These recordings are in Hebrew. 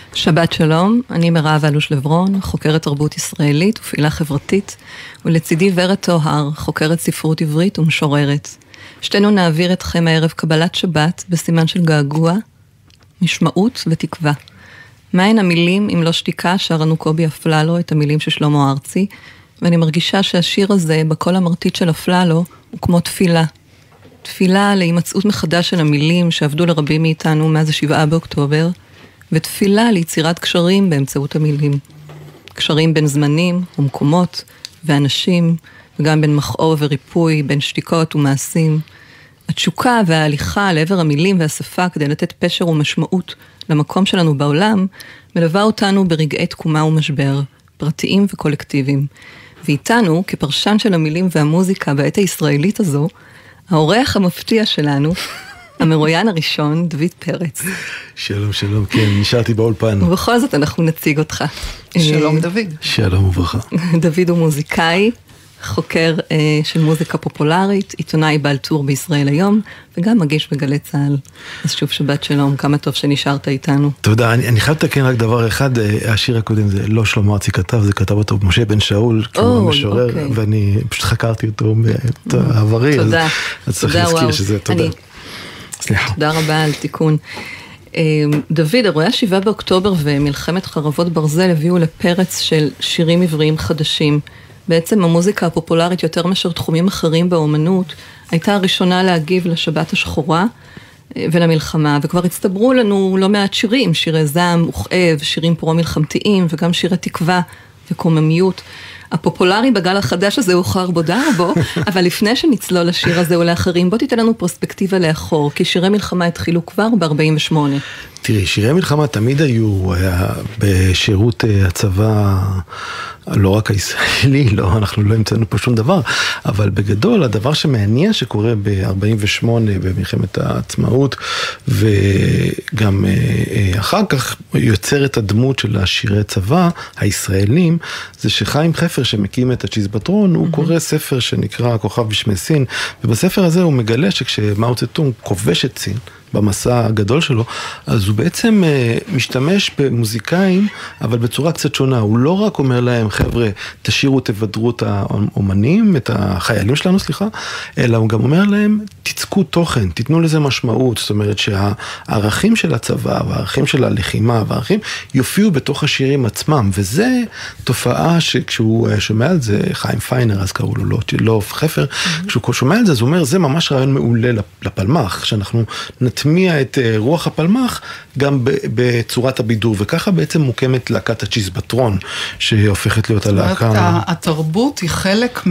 שבת שלום, אני מירב אלוש לברון, חוקרת תרבות ישראלית ופעילה חברתית, ולצידי ורד טוהר, חוקרת ספרות עברית ומשוררת. שתינו נעביר אתכם הערב קבלת שבת בסימן של געגוע, משמעות ותקווה. מהן המילים, אם לא שתיקה, שרנו קובי אפללו את המילים של שלמה ארצי, ואני מרגישה שהשיר הזה, בקול המרטיט של אפללו, הוא כמו תפילה. תפילה להימצאות מחדש של המילים שעבדו לרבים מאיתנו מאז 7 באוקטובר, ותפילה ליצירת קשרים באמצעות המילים. קשרים בין זמנים ומקומות ואנשים, וגם בין מכאוב וריפוי, בין שתיקות ומעשים. התשוקה וההליכה לעבר המילים והשפה כדי לתת פשר ומשמעות למקום שלנו בעולם, מלווה אותנו ברגעי תקומה ומשבר, פרטיים וקולקטיביים. ואיתנו, כפרשן של המילים והמוזיקה בעת הישראלית הזו, האורח המפתיע שלנו, המרואיין הראשון, דוד פרץ. שלום, שלום, כן, נשארתי באולפן. ובכל זאת אנחנו נציג אותך. שלום דוד. שלום וברכה. דוד הוא מוזיקאי, חוקר של מוזיקה פופולרית, עיתונאי בעל טור בישראל היום, וגם מגיש בגלי צהל. אז שוב שבת שלום, כמה טוב שנשארת איתנו. תודה, אני חייב לתקן רק דבר אחד, השיר הקודם זה לא שלמה ארצי כתב, זה כתב אותו משה בן שאול, כמו משורר, ואני פשוט חקרתי אותו בעברי. תודה. אז צריך להזכיר שזה, תודה. סליחה. תודה רבה על תיקון. דוד, אירועי 7 באוקטובר ומלחמת חרבות ברזל הביאו לפרץ של שירים עבריים חדשים. בעצם המוזיקה הפופולרית יותר מאשר תחומים אחרים באומנות, הייתה הראשונה להגיב לשבת השחורה ולמלחמה, וכבר הצטברו לנו לא מעט שירים, שירי זעם, וכאב, שירים פרו-מלחמתיים, וגם שירי תקווה וקוממיות. הפופולרי בגל החדש הזה הוא חרבו דרבו, אבל לפני שנצלול לשיר הזה ולאחרים, בוא תיתן לנו פרספקטיבה לאחור, כי שירי מלחמה התחילו כבר ב-48. תראי, שירי מלחמה תמיד היו בשירות הצבא, לא רק הישראלי, לא, אנחנו לא המצאנו פה שום דבר, אבל בגדול הדבר שמעניין שקורה ב-48 במלחמת העצמאות, וגם אחר כך יוצר את הדמות של השירי צבא הישראלים, זה שחיים חפר שמקים את הצ'יזבטרון, הוא קורא ספר שנקרא כוכב בשמי סין, ובספר הזה הוא מגלה שכשמאו צטונג כובש את סין, במסע הגדול שלו, אז הוא בעצם משתמש במוזיקאים, אבל בצורה קצת שונה. הוא לא רק אומר להם, חבר'ה, תשירו, תבדרו את האומנים, את החיילים שלנו, סליחה, אלא הוא גם אומר להם, תצקו תוכן, תיתנו לזה משמעות. זאת אומרת שהערכים של הצבא, והערכים של הלחימה, והערכים יופיעו בתוך השירים עצמם, וזה תופעה שכשהוא שומע על זה, חיים פיינר, אז קראו לו לא חפר, כשהוא שומע על זה, אז הוא אומר, זה ממש רעיון מעולה לפלמח, שאנחנו נטמיע את רוח הפלמח גם בצורת הבידור, וככה בעצם מוקמת להקת הצ'יזבטרון, שהופכת להיות הלהקה. זאת אומרת, התרבות היא חלק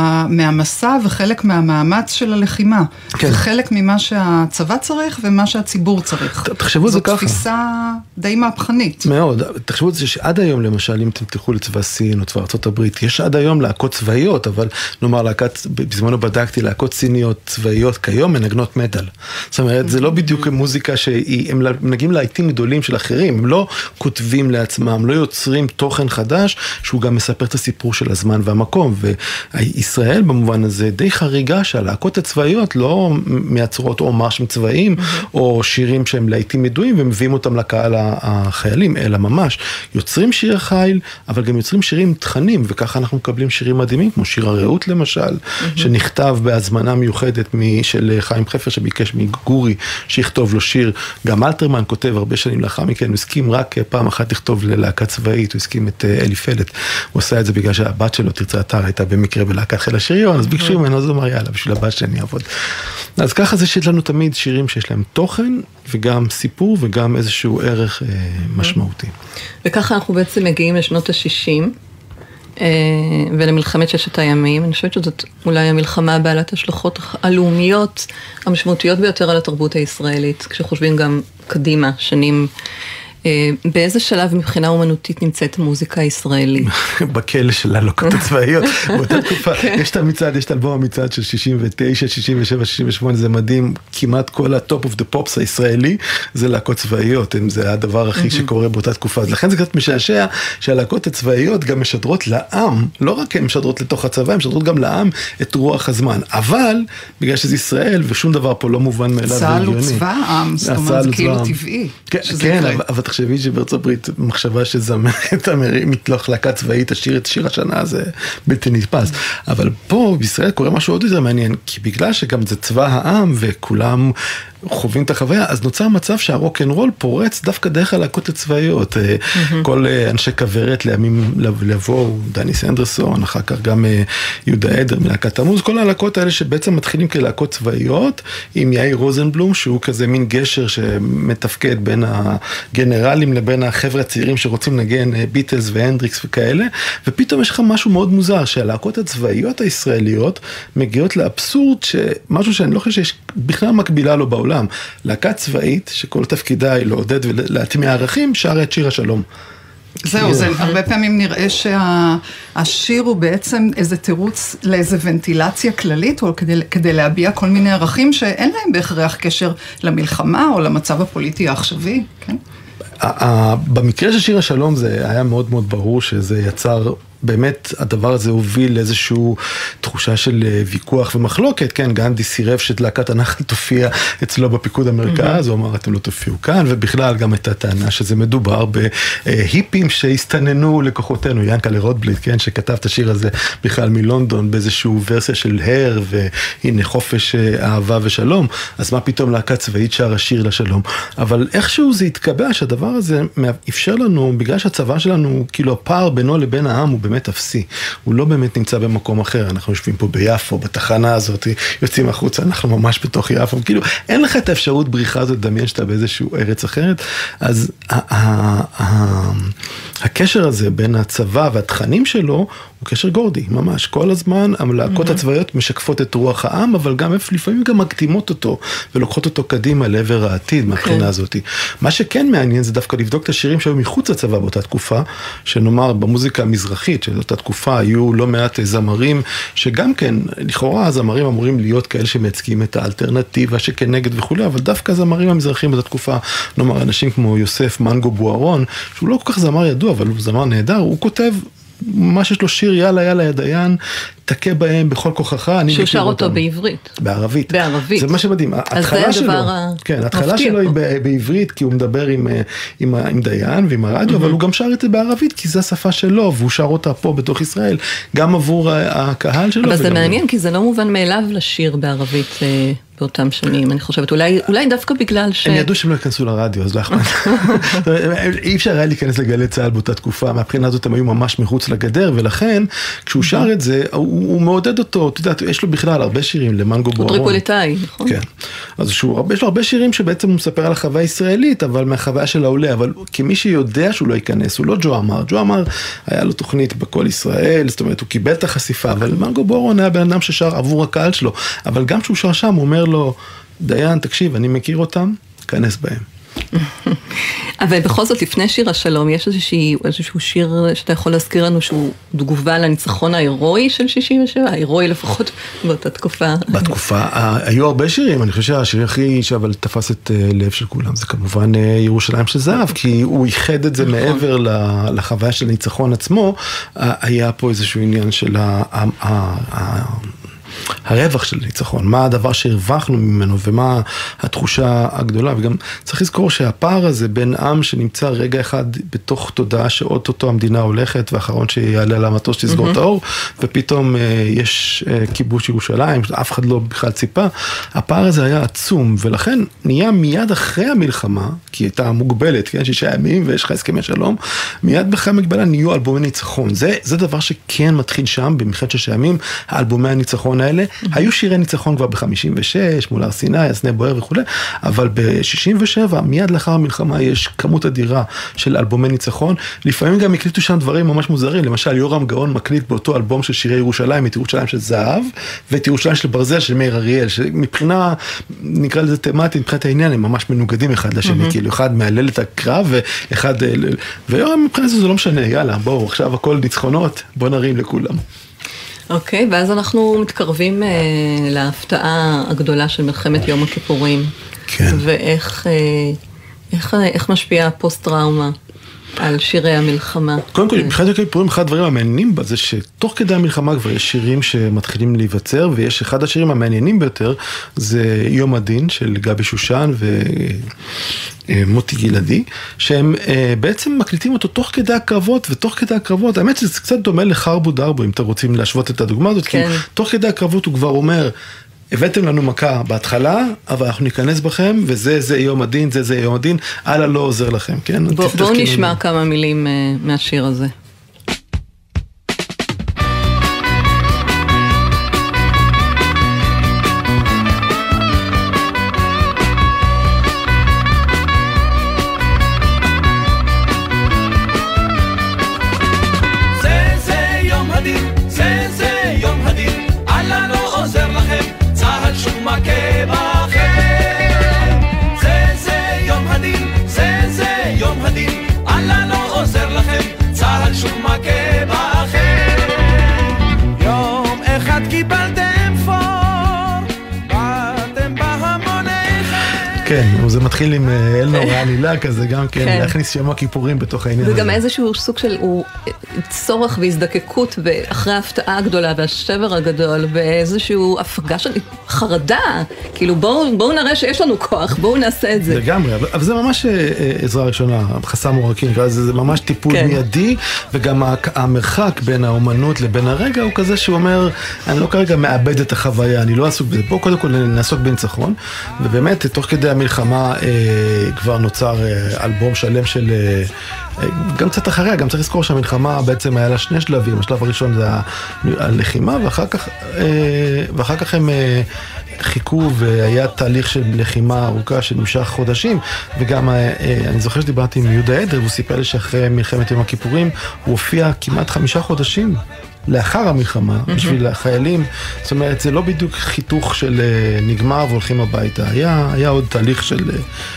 מהמסע וחלק מהמאמץ של הלחימה. כן. זה חלק ממה שהצבא צריך ומה שהציבור צריך. תחשבו את זה ככה. זאת תפיסה די מהפכנית. מאוד. תחשבו את זה שעד היום, למשל, אם אתם תלכו לצבא סין או צבא ארצות הברית, יש עד היום להקות צבאיות, אבל נאמר בזמנו בדקתי להקות סיניות צבאיות כיום מנגנות מטל. זאת אומרת, זה לא בדיוק מוזיקה שהם מנגנים לעיתים גדולים של אחרים, הם לא כותבים לעצמם, לא יוצרים תוכן חדש, שהוא גם מספר את הסיפור של הזמן והמקום, וישראל במובן הזה די חריגה שהלהקות הצבאיות לא מייצרות או מרשים צבאיים, או שירים שהם לעיתים ידועים, ומביאים אותם לקהל החיילים, אלא ממש יוצרים שיר חיל, אבל גם יוצרים שירים תכנים, וככה אנחנו מקבלים שירים מדהימים, כמו שיר הרעות למשל, שנכתב בהזמנה מיוחדת של חיים חפר, שביקש מגורי, שיכתוב לו שיר, גם אלתרמן כותב הרבה שנים לאחר מכן, הוא הסכים רק פעם אחת לכתוב ללהקה צבאית, הוא הסכים את אלי פלט, הוא עושה את זה בגלל שהבת שלו, תרצה אתר, הייתה במקרה בלהקת חיל השריון, אז ביקשו ממנו, אז הוא אמר, יאללה, בשביל הבת שאני אעבוד. אז ככה זה שיש לנו תמיד שירים שיש להם תוכן, וגם סיפור, וגם איזשהו ערך משמעותי. וככה אנחנו בעצם מגיעים לשנות ה-60, ולמלחמת ששת הימים. אני חושבת שזאת אולי המלחמה בעלת השלכות הלאומיות המשמעותיות ביותר על התרבות הישראלית, כשחושבים גם קדימה, שנים. באיזה שלב מבחינה אומנותית נמצאת המוזיקה הישראלית? בכלא של הלהקות הצבאיות. באותה תקופה, יש את המצעד, יש את אלבום המצעד של 69, 67, 68, זה מדהים, כמעט כל הטופ אוף דה פופס הישראלי, זה להקות צבאיות, זה הדבר הכי שקורה באותה תקופה. אז לכן זה קצת משעשע שהלהקות הצבאיות גם משדרות לעם, לא רק הן משדרות לתוך הצבא, הן משדרות גם לעם את רוח הזמן. אבל, בגלל שזה ישראל, ושום דבר פה לא מובן מאליו והגיוני. צה"ל הוא צבא העם, זאת אומרת, זה כאילו טבעי. כן, אבל תחשבי שבארצות הברית מחשבה שזמרת מתלוך להקה צבאית, תשאיר את שיר השנה, זה בלתי נתפס. אבל פה בישראל קורה משהו עוד יותר מעניין, כי בגלל שגם זה צבא העם וכולם חווים את החוויה, אז נוצר מצב שהרוק-אנד-רול פורץ דווקא דרך הלהקות הצבאיות. כל אנשי כוורת לימים לבוא, דניס אנדרסון, אחר כך גם יהודה עדר מלהקת תמוז, כל הלהקות האלה שבעצם מתחילים כלהקות צבאיות, עם יאיר רוזנבלום, שהוא כזה מין גשר שמתפקד בין הגנרלים לבין החבר'ה הצעירים שרוצים לנגן ביטלס והנדריקס וכאלה, ופתאום יש לך משהו מאוד מוזר, שהלהקות הצבאיות הישראליות מגיעות לאבסורד, משהו שאני לא חושב שיש בכלל מקבילה לו בעולם. להקה צבאית, שכל תפקידה היא לעודד ולהטמיע ערכים, שרה את שיר השלום. זהו, זה הרבה פעמים נראה שהשיר הוא בעצם איזה תירוץ לאיזה ונטילציה כללית, או כדי להביע כל מיני ערכים שאין להם בהכרח קשר למלחמה או למצב הפוליטי העכשווי, כן? במקרה של שיר השלום זה היה מאוד מאוד ברור שזה יצר, באמת הדבר הזה הוביל לאיזשהו תחושה של ויכוח ומחלוקת, כן, גנדי סירב שלהקת הנחל תופיע אצלו בפיקוד המרכז, הוא אמר אתם לא תופיעו כאן, ובכלל גם הייתה טענה שזה מדובר בהיפים שהסתננו לכוחותינו, ינקלה רוטבליט, כן, שכתב את השיר הזה בכלל מלונדון, באיזשהו ורסיה של הר, והנה חופש אהבה ושלום, אז מה פתאום להקה צבאית שר השיר לשלום, אבל איכשהו זה התקבע שהדבר הזה אפשר לנו, בגלל שהצבא שלנו, כאילו הפער בינו לבין העם הוא באמת אפסי, הוא לא באמת נמצא במקום אחר, אנחנו יושבים פה ביפו, בתחנה הזאת, יוצאים החוצה, אנחנו ממש בתוך יפו, כאילו אין לך את האפשרות בריחה הזאת, דמיין שאתה באיזשהו ארץ אחרת, אז הקשר הזה בין הצבא והתכנים שלו, הוא קשר גורדי, ממש, כל הזמן הלהקות הצבאיות משקפות את רוח העם, אבל גם לפעמים גם מקדימות אותו, ולוקחות אותו קדימה לעבר העתיד מהבחינה הזאת. מה שכן מעניין זה דווקא לבדוק את השירים שהיו מחוץ לצבא באותה תקופה, שנאמר במוזיקה המזרחית, שבאותה תקופה היו לא מעט זמרים, שגם כן, לכאורה הזמרים אמורים להיות כאלה שמייצגים את האלטרנטיבה שכנגד וכו', אבל דווקא הזמרים המזרחים באותה תקופה, נאמר אנשים כמו יוסף מנגו בוארון, שהוא לא כל כך זמר ידוע, אבל הוא זמר נהדר, הוא כותב מה שיש לו שיר, יאללה יאללה ידיין, תכה בהם בכל כוכך. שהוא שר אותו בעברית. בערבית. בערבית. זה מה שמדהים. ההתחלה שלו, כן, ההתחלה שלו היא בעברית, כי הוא מדבר עם דיין ועם הרדיו, אבל הוא גם שר את זה בערבית, כי זו השפה שלו, והוא שר אותה פה בתוך ישראל, גם עבור הקהל שלו. אבל זה מעניין, כי זה לא מובן מאליו לשיר בערבית באותם שנים, אני חושבת, אולי דווקא בגלל ש... הם ידעו שהם לא ייכנסו לרדיו, אז לא אכפת. אי אפשר היה להיכנס לגלי צהל באותה תקופה, מהבחינה הזאת הם היו ממש מחוץ לגדר, ולכן כשהוא שר את זה, הוא מעודד אותו, אתה יודע, יש לו בכלל הרבה שירים למנגו בוארון. הוא טריפוליטאי, נכון? כן. אז יש לו הרבה שירים שבעצם הוא מספר על החוויה הישראלית, אבל מהחוויה של העולה, אבל כמי שיודע שהוא לא ייכנס, הוא לא ג'ו אמר. ג'ו אמר, היה לו תוכנית בכל ישראל, זאת אומרת, הוא קיבל את החשיפה, אבל מנגו בוארון היה בן אדם ששר עבור הקהל שלו, אבל גם כשהוא שר שם, הוא אומר לו, דיין, תקשיב, אני מכיר אותם, כנס בהם. אבל בכל זאת, לפני שיר השלום, יש איזשהו שיר שאתה יכול להזכיר לנו שהוא תגובה לניצחון ההירואי של 67, ההירואי לפחות באותה תקופה. בתקופה, היו הרבה שירים, אני חושב שהשיר הכי אבל תפס את לב של כולם, זה כמובן ירושלים של זהב, כי הוא ייחד את זה מעבר לחוויה של הניצחון עצמו, היה פה איזשהו עניין של הרווח של ניצחון, מה הדבר שהרווחנו ממנו ומה התחושה הגדולה, וגם צריך לזכור שהפער הזה בין עם שנמצא רגע אחד בתוך תודעה שאוטוטו המדינה הולכת ואחרון שיעלה על המטוס שתסגור את האור, ופתאום יש כיבוש ירושלים, אף אחד לא בכלל ציפה, הפער הזה היה עצום, ולכן נהיה מיד אחרי המלחמה, כי הייתה מוגבלת, כן, 6 ימים ויש לך הסכמי שלום, מיד אחרי המגבלה נהיו אלבומי ניצחון, זה דבר שכן מתחיל שם, במלחמת 6 ימים, האלבומי הניצחון האלה, היו שירי ניצחון כבר ב-56, מול הר סיני, הסנה בוער וכו', אבל ב-67, מיד לאחר המלחמה, יש כמות אדירה של אלבומי ניצחון, לפעמים גם הקליטו שם דברים ממש מוזרים, למשל יורם גאון מקליט באותו אלבום של שירי ירושלים, את ירושלים של זהב, ואת ירושלים של ברזל של מאיר אריאל, שמבחינה, נקרא לזה תמטית, מבחינת העניין, הם ממש מנוגדים אחד לשני, כאילו אחד מעלל את הקרב, ואחד, ויורם מבחינת זה לא משנה, יאללה, בואו, עכשיו הכל ניצחונות, בואו נרים לכולם. אוקיי, ואז אנחנו מתקרבים להפתעה הגדולה של מלחמת יום הכיפורים. כן. ואיך משפיעה הפוסט-טראומה על שירי המלחמה. קודם כל, מבחינת יום הכיפורים, אחד הדברים המעניינים בה זה שתוך כדי המלחמה כבר יש שירים שמתחילים להיווצר, ויש אחד השירים המעניינים ביותר, זה יום הדין של גבי שושן ומוטי גלעדי, שהם בעצם מקליטים אותו תוך כדי הקרבות, ותוך כדי הקרבות, האמת שזה קצת דומה לחרבו דרבו, אם אתם רוצים להשוות את הדוגמה הזאת, כי תוך כדי הקרבות הוא כבר אומר, הבאתם לנו מכה בהתחלה, אבל אנחנו ניכנס בכם, וזה יום הדין, זה יום הדין, הלאה לא עוזר לכם, כן? בואו נשמע כמה מילים מהשיר הזה. כן, זה מתחיל עם אלנור העלילה כזה, גם כן, להכניס יום הכיפורים בתוך העניין הזה. וגם איזשהו סוג של צורך והזדקקות אחרי ההפתעה הגדולה והשבר הגדול, ואיזשהו הפגה של חרדה, כאילו בואו נראה שיש לנו כוח, בואו נעשה את זה. לגמרי, אבל זה ממש עזרה ראשונה, חסם עורקים, זה ממש טיפול מיידי, וגם המרחק בין האומנות לבין הרגע הוא כזה שהוא אומר, אני לא כרגע מאבד את החוויה, אני לא עסוק בזה, בואו קודם כל נעסוק בניצחון, ובאמת תוך כדי המלחמה כבר נוצר אלבום שלם של, גם קצת אחריה, גם צריך לזכור שהמלחמה בעצם היה לה שני שלבים, השלב הראשון זה הלחימה, ואחר כך הם חיכו והיה תהליך של לחימה ארוכה שנמשך חודשים, וגם אני זוכר שדיברתי עם יהודה עדר, והוא סיפר לי שאחרי מלחמת יום הכיפורים הוא הופיע כמעט 5 חודשים לאחר המלחמה, בשביל החיילים, זאת אומרת, זה לא בדיוק חיתוך של נגמר והולכים הביתה, היה עוד תהליך של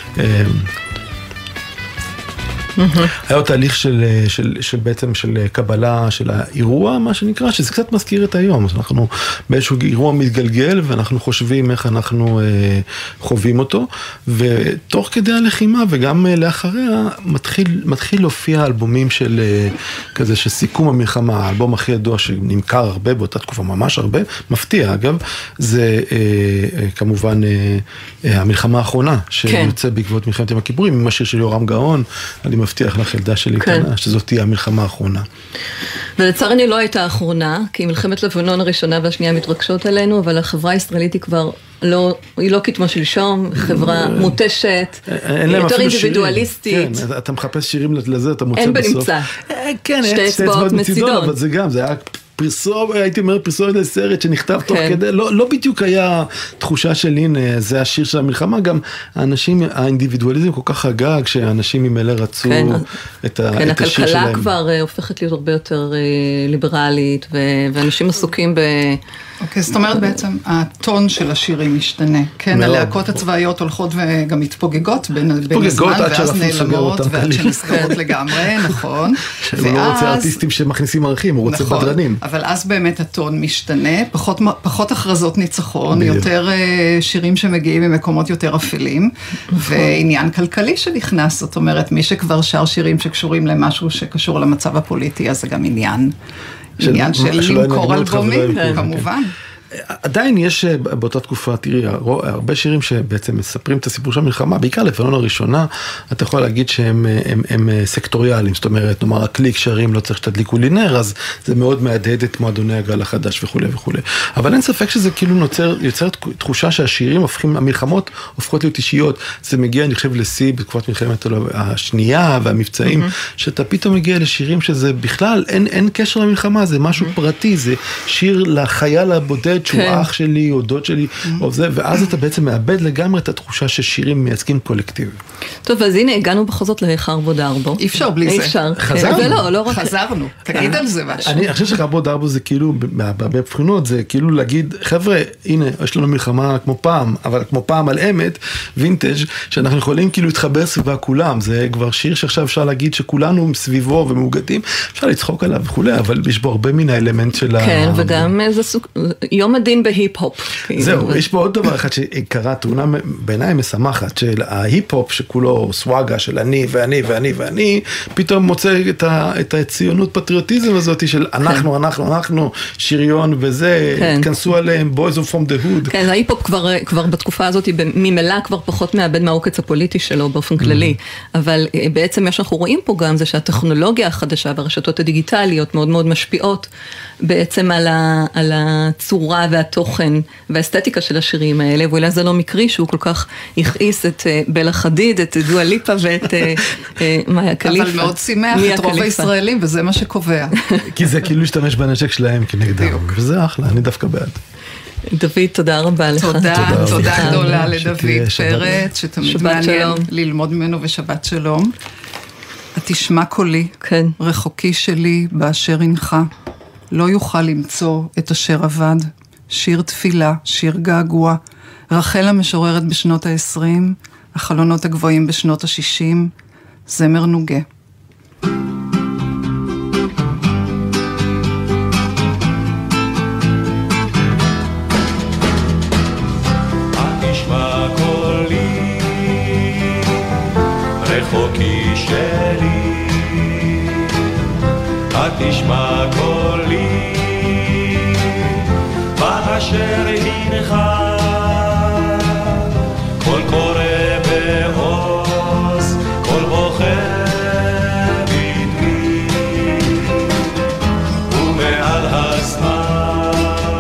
היה עוד תהליך של בעצם של קבלה של האירוע, מה שנקרא, שזה קצת מזכיר את היום. אז אנחנו באיזשהו אירוע מתגלגל, ואנחנו חושבים איך אנחנו חווים אותו, ותוך כדי הלחימה וגם לאחריה מתחיל להופיע אלבומים של כזה שסיכום המלחמה, האלבום הכי ידוע שנמכר הרבה באותה תקופה, ממש הרבה, מפתיע אגב, זה כמובן המלחמה האחרונה, שיוצא בעקבות מלחמת יום הכיפורים, עם השיר של יורם גאון, אני מבטיח לך ילדה שלי קטנה, שזאת תהיה המלחמה האחרונה. ולצערני לא הייתה האחרונה, כי מלחמת לבנון הראשונה והשנייה מתרגשות עלינו, אבל החברה הישראלית היא כבר היא לא כתמה שלשום, חברה מוטשת, יותר אינדיבידואליסטית. כן, אתה מחפש שירים לזה, אתה מוצא בסוף. אין בנמצא. כן, שתי אצבעות מצידון. אבל זה גם, זה היה פרסום, הייתי אומר פרסום לסרט שנכתב תוך כדי, לא בדיוק היה תחושה של הנה, זה השיר של המלחמה, גם האנשים, האינדיבידואליזם כל כך חגג, שהאנשים ממילא רצו את השיר שלהם. כן, הכלכלה כבר הופכת להיות הרבה יותר ליברלית, ואנשים עסוקים אוקיי, זאת אומרת בעצם, הטון של השירים משתנה. כן, הלהקות הצבאיות הולכות וגם מתפוגגות בין הזמן, ואז נעלמות, ועד שנסגרות לגמרי, נכון. שהוא לא רוצה ארטיסטים שמכניסים ערכים, הוא רוצה בדרנים. אבל אז באמת הטון משתנה, פחות הכרזות ניצחון, יותר שירים שמגיעים ממקומות יותר אפלים, ועניין כלכלי שנכנס, זאת אומרת, מי שכבר שר שירים שקשורים למשהו שקשור למצב הפוליטי, אז זה גם עניין של למכור אלבומים, כמובן. עדיין יש באותה תקופה, תראי, הרבה שירים שבעצם מספרים את הסיפור של המלחמה, בעיקר לבנון הראשונה, אתה יכול להגיד שהם סקטוריאליים, זאת אומרת, נאמר, הקליק שרים לא צריך שתדליקו לי נר, אז זה מאוד מהדהד את מועדוני הגל החדש וכו' וכו'. אבל אין ספק שזה כאילו יוצר תחושה שהשירים המלחמות הופכות להיות אישיות, זה מגיע, אני חושב, לשיא בתקופת מלחמת השנייה והמבצעים, שאתה פתאום מגיע לשירים שזה בכלל, אין קשר למלחמה, זה משהו פרטי, זה שיר לחייל הבודד, שהוא אח שלי, או דוד שלי, או זה, ואז אתה בעצם מאבד לגמרי את התחושה ששירים מייצגים קולקטיב. טוב, אז הנה, הגענו בכל זאת לחרבו דרבו. אי אפשר בלי זה. אפשר. חזרנו. תגיד על זה משהו. אני חושב שחרבו דרבו זה כאילו, בבחינות, זה כאילו להגיד, חבר'ה, הנה, יש לנו מלחמה כמו פעם, אבל כמו פעם על אמת, וינטג', שאנחנו יכולים כאילו להתחבר סביבה כולם. זה כבר שיר שעכשיו אפשר להגיד שכולנו סביבו ומאוגדים, אפשר לצחוק עליו וכו', אבל יש בו הרבה מן האלמנט של כן, וגם איזה סוג, יום הדין בהיפ-הופ. זהו, יש פה עוד דבר אחד שקרה, תאונה בעיניי משמחת, של ההיפ-הופ שכולו סוואגה של אני ואני ואני ואני, פתאום מוצא את הציונות פטריוטיזם הזאת של אנחנו, שריון וזה, התכנסו עליהם, boys from the hood. כן, ההיפ-הופ כבר בתקופה הזאת, ממילא כבר פחות מאבד מהעוקץ הפוליטי שלו באופן כללי, אבל בעצם מה שאנחנו רואים פה גם זה שהטכנולוגיה החדשה והרשתות הדיגיטליות מאוד מאוד משפיעות בעצם על הצורה והתוכן והאסתטיקה של השירים האלה, ואולי זה לא מקרי שהוא כל כך הכעיס את בלה חדיד, את דואה ליפה ואת מאיה קליפה. אבל מאוד שימח את רוב הישראלים, וזה מה שקובע. כי זה כאילו להשתמש בנשק שלהם כנגדם, וזה אחלה, אני דווקא בעד. דוד, תודה רבה לך. תודה גדולה לדוד פרץ, שתמיד מעניין ללמוד ממנו, ושבת שלום. התשמע קולי, רחוקי שלי באשר אינך, לא יוכל למצוא את אשר עבד, שיר תפילה, שיר געגוע, רחל המשוררת בשנות ה-20, החלונות הגבוהים בשנות ה-60, זמר נוגה. תשמע קולי באשר הינך, קול קורא בעוז, קול בוחר בדמי, ומעל הזמן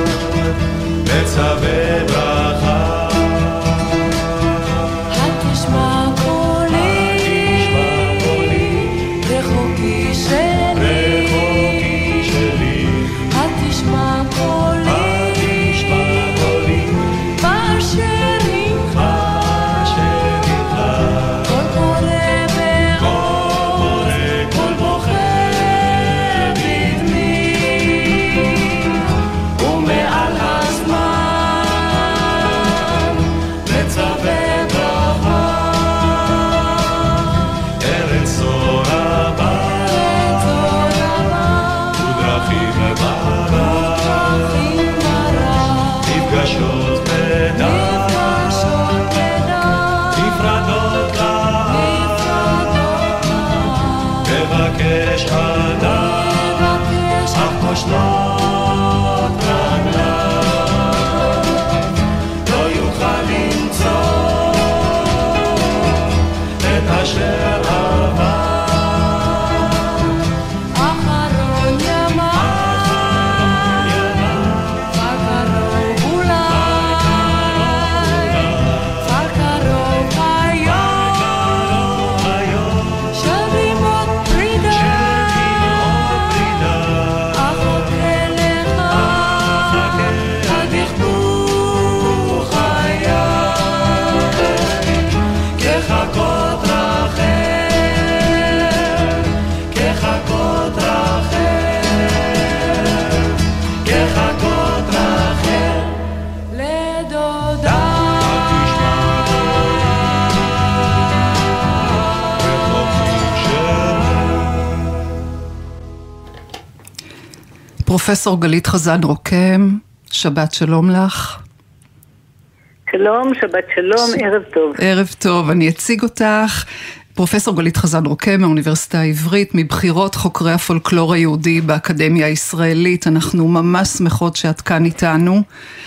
מצווה ברכה. התשמע קולי רחוקי שלי, פרופסור גלית חזן רוקם, שבת שלום לך. שלום, שבת שלום, ערב טוב. ערב טוב, אני אציג אותך. פרופסור גלית חזן רוקם מהאוניברסיטה העברית, מבחירות חוקרי הפולקלור היהודי באקדמיה הישראלית. אנחנו ממש שמחות שאת כאן איתנו.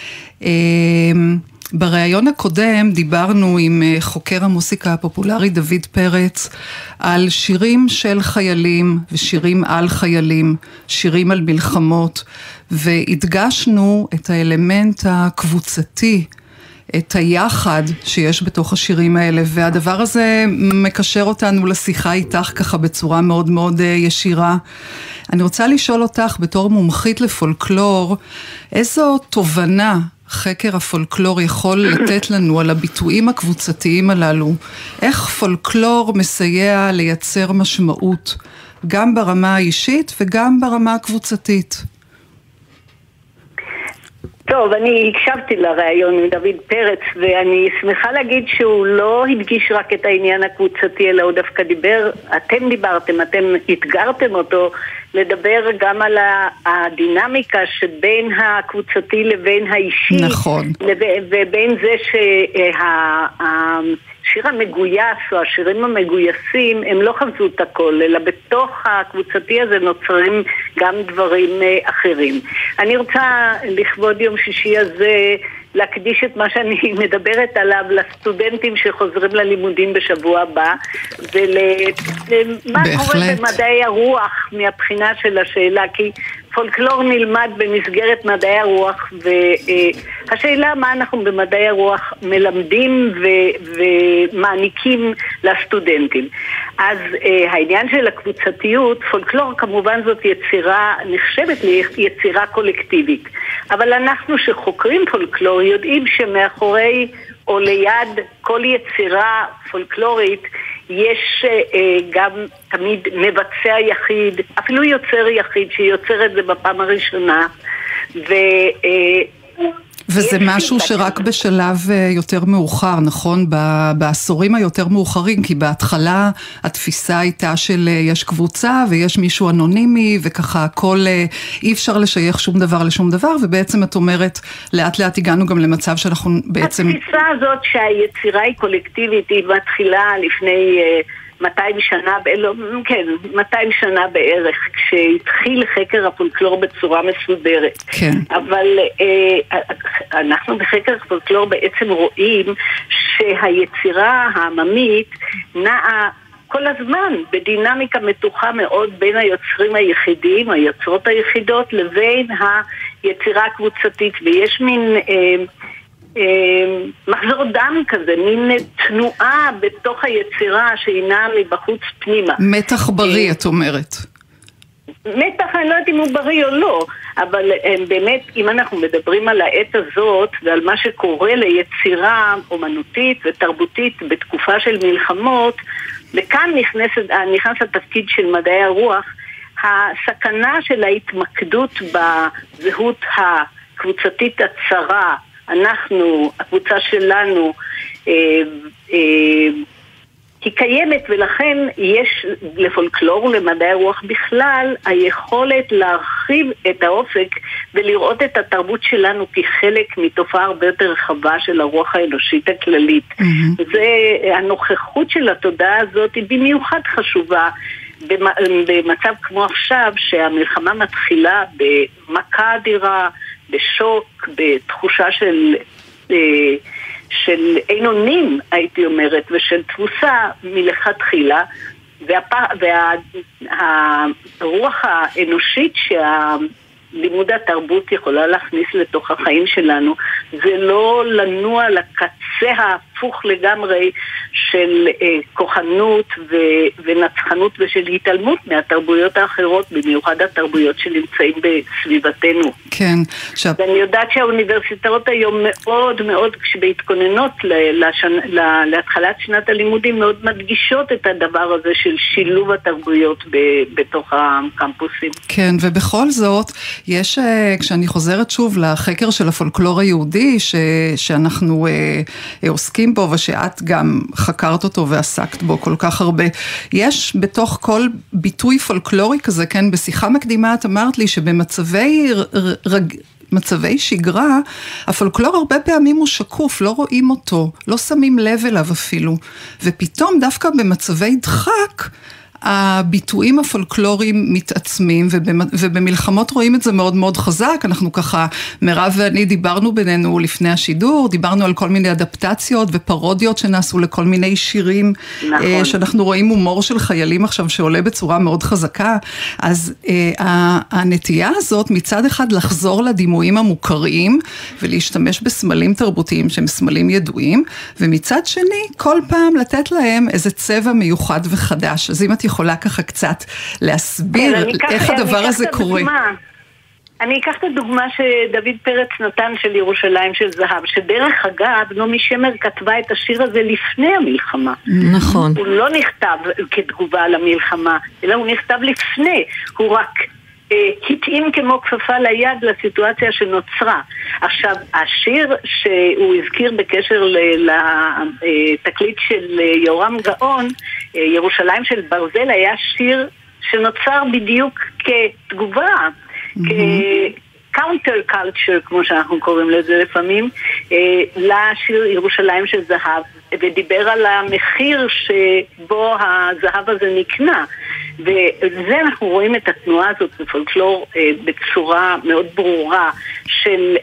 בריאיון הקודם דיברנו עם חוקר המוסיקה הפופולרית דוד פרץ על שירים של חיילים ושירים על חיילים, שירים על מלחמות, והדגשנו את האלמנט הקבוצתי, את היחד שיש בתוך השירים האלה, והדבר הזה מקשר אותנו לשיחה איתך ככה בצורה מאוד מאוד ישירה. אני רוצה לשאול אותך בתור מומחית לפולקלור, איזו תובנה חקר הפולקלור יכול לתת לנו על הביטויים הקבוצתיים הללו? איך פולקלור מסייע לייצר משמעות, גם ברמה האישית וגם ברמה הקבוצתית? טוב, אני הקשבתי לראיון עם דוד פרץ, ואני שמחה להגיד שהוא לא הדגיש רק את העניין הקבוצתי, אלא הוא דווקא דיבר, אתם דיברתם, אתם אתגרתם אותו, לדבר גם על הדינמיקה שבין הקבוצתי לבין האישי. נכון. ובין זה השיר המגויס או השירים המגויסים הם לא חזו את הכל, אלא בתוך הקבוצתי הזה נוצרים גם דברים אחרים. אני רוצה לכבוד יום שישי הזה להקדיש את מה שאני מדברת עליו לסטודנטים שחוזרים ללימודים בשבוע הבא, ולמה קורה במדעי הרוח מהבחינה של השאלה, כי פולקלור נלמד במסגרת מדעי הרוח, והשאלה מה אנחנו במדעי הרוח מלמדים ומעניקים לסטודנטים. אז העניין של הקבוצתיות, פולקלור כמובן זאת יצירה, נחשבת ליצירה קולקטיבית, אבל אנחנו שחוקרים פולקלור יודעים שמאחורי או ליד כל יצירה פולקלורית יש גם תמיד מבצע יחיד, אפילו יוצר יחיד שיוצר את זה בפעם הראשונה, וזה משהו שרק בשלב יותר מאוחר, נכון? בעשורים היותר מאוחרים, כי בהתחלה התפיסה הייתה של יש קבוצה ויש מישהו אנונימי, וככה הכל אי אפשר לשייך שום דבר לשום דבר, ובעצם את אומרת, לאט לאט הגענו גם למצב שאנחנו בעצם... התפיסה הזאת שהיצירה היא קולקטיבית, היא מתחילה לפני 200 שנה, כן, 200 שנה בערך, כשהתחיל חקר הפולקלור בצורה מסודרת. כן. אבל אנחנו בחקר הפולקלור בעצם רואים שהיצירה העממית נעה כל הזמן בדינמיקה מתוחה מאוד בין היוצרים היחידים, היוצרות היחידות, לבין היצירה הקבוצתית, ויש מין... מחזור דם כזה, מין תנועה בתוך היצירה שהיא נעה מבחוץ פנימה. מתח בריא, את אומרת. מתח, אני לא יודעת אם הוא בריא או לא, אבל באמת, אם אנחנו מדברים על העת הזאת ועל מה שקורה ליצירה אומנותית ותרבותית בתקופה של מלחמות, וכאן נכנס התפקיד של מדעי הרוח, הסכנה של ההתמקדות בזהות הקבוצתית הצרה, אנחנו, הקבוצה שלנו, היא קיימת, ולכן יש לפולקלור ולמדעי הרוח בכלל היכולת להרחיב את האופק ולראות את התרבות שלנו כחלק מתופעה הרבה יותר רחבה של הרוח האנושית הכללית. והנוכחות של התודעה הזאת היא במיוחד חשובה במצב כמו עכשיו, שהמלחמה מתחילה במכה אדירה, בשוק, בתחושה של אין אונים, הייתי אומרת, ושל תבוסה מלכתחילה, והרוח האנושית לימוד התרבות יכולה להכניס לתוך החיים שלנו, זה לא לנוע לקצה ההפוך לגמרי של כוחנות ונצחנות ושל התעלמות מהתרבויות האחרות, במיוחד התרבויות שנמצאים בסביבתנו. כן. ואני יודעת שהאוניברסיטאות היום מאוד מאוד, כשבהתכוננות להתחלת שנת הלימודים, מאוד מדגישות את הדבר הזה של שילוב התרבויות בתוך הקמפוסים. כן, ובכל זאת, יש, כשאני חוזרת שוב לחקר של הפולקלור היהודי, שאנחנו עוסקים בו, ושאת גם חקרת אותו ועסקת בו כל כך הרבה, יש בתוך כל ביטוי פולקלורי כזה, כן, בשיחה מקדימה את אמרת לי מצבי שגרה, הפולקלור הרבה פעמים הוא שקוף, לא רואים אותו, לא שמים לב אליו אפילו, ופתאום דווקא במצבי דחק, הביטויים הפולקלוריים מתעצמים, ובמלחמות רואים את זה מאוד מאוד חזק. אנחנו ככה, מירב ואני דיברנו בינינו לפני השידור, דיברנו על כל מיני אדפטציות ופרודיות שנעשו לכל מיני שירים, נכון. שאנחנו רואים הומור של חיילים עכשיו שעולה בצורה מאוד חזקה, אז הנטייה הזאת מצד אחד לחזור לדימויים המוכרים, ולהשתמש בסמלים תרבותיים שהם סמלים ידועים, ומצד שני כל פעם לתת להם איזה צבע מיוחד וחדש. אז אם את יכולה ככה קצת להסביר איך הדבר הזה קורה. אני אקח את הדוגמה שדוד פרץ נתן של ירושלים של זהב, שדרך אגב נעמי שמר כתבה את השיר הזה לפני המלחמה. נכון. הוא לא נכתב כתגובה למלחמה, אלא הוא נכתב לפני, הוא רק התאים כמו כפפה ליד לסיטואציה שנוצרה. עכשיו, השיר שהוא הזכיר בקשר לתקליט של יורם גאון, ירושלים של ברזל, היה שיר שנוצר בדיוק כתגובה, קאונטר קלצ'ר, כמו שאנחנו קוראים לזה לפעמים, לשיר ירושלים של זהב, ודיבר על המחיר שבו הזהב הזה נקנה. וזה אנחנו רואים את התנועה הזאת בפולקלור בצורה מאוד ברורה של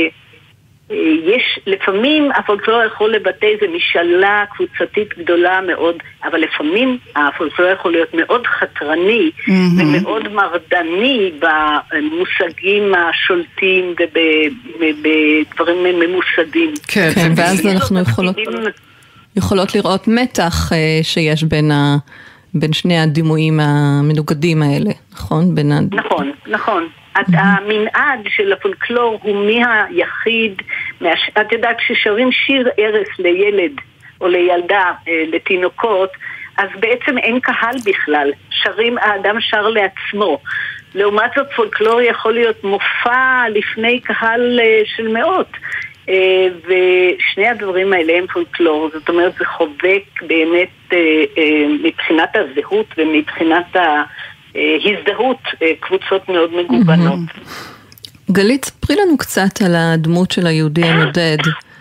יש לפעמים הפולקלור יכול לבטא איזה משאלה קבוצתית גדולה מאוד, אבל לפעמים הפולקלור יכול להיות מאוד חתרני ומאוד מרדני במושגים השולטים ובדברים ממוסדים. כן, ואז אנחנו יכולות לראות מתח שיש בין שני הדימויים המנוגדים האלה, נכון? נכון. המנעד של הפולקלור הוא מהיחיד, את יודעת כששרים שיר ערש לילד או לילדה, לתינוקות, אז בעצם אין קהל בכלל, האדם שר לעצמו. לעומת זאת פולקלור יכול להיות מופע לפני קהל של מאות, ושני הדברים האלה הם פולקלור, זאת אומרת זה חובק באמת מבחינת הזהות ומבחינת הזדהות קבוצות מאוד מגוונות. גלית, ספרי לנו קצת על הדמות של היהודי הנודד.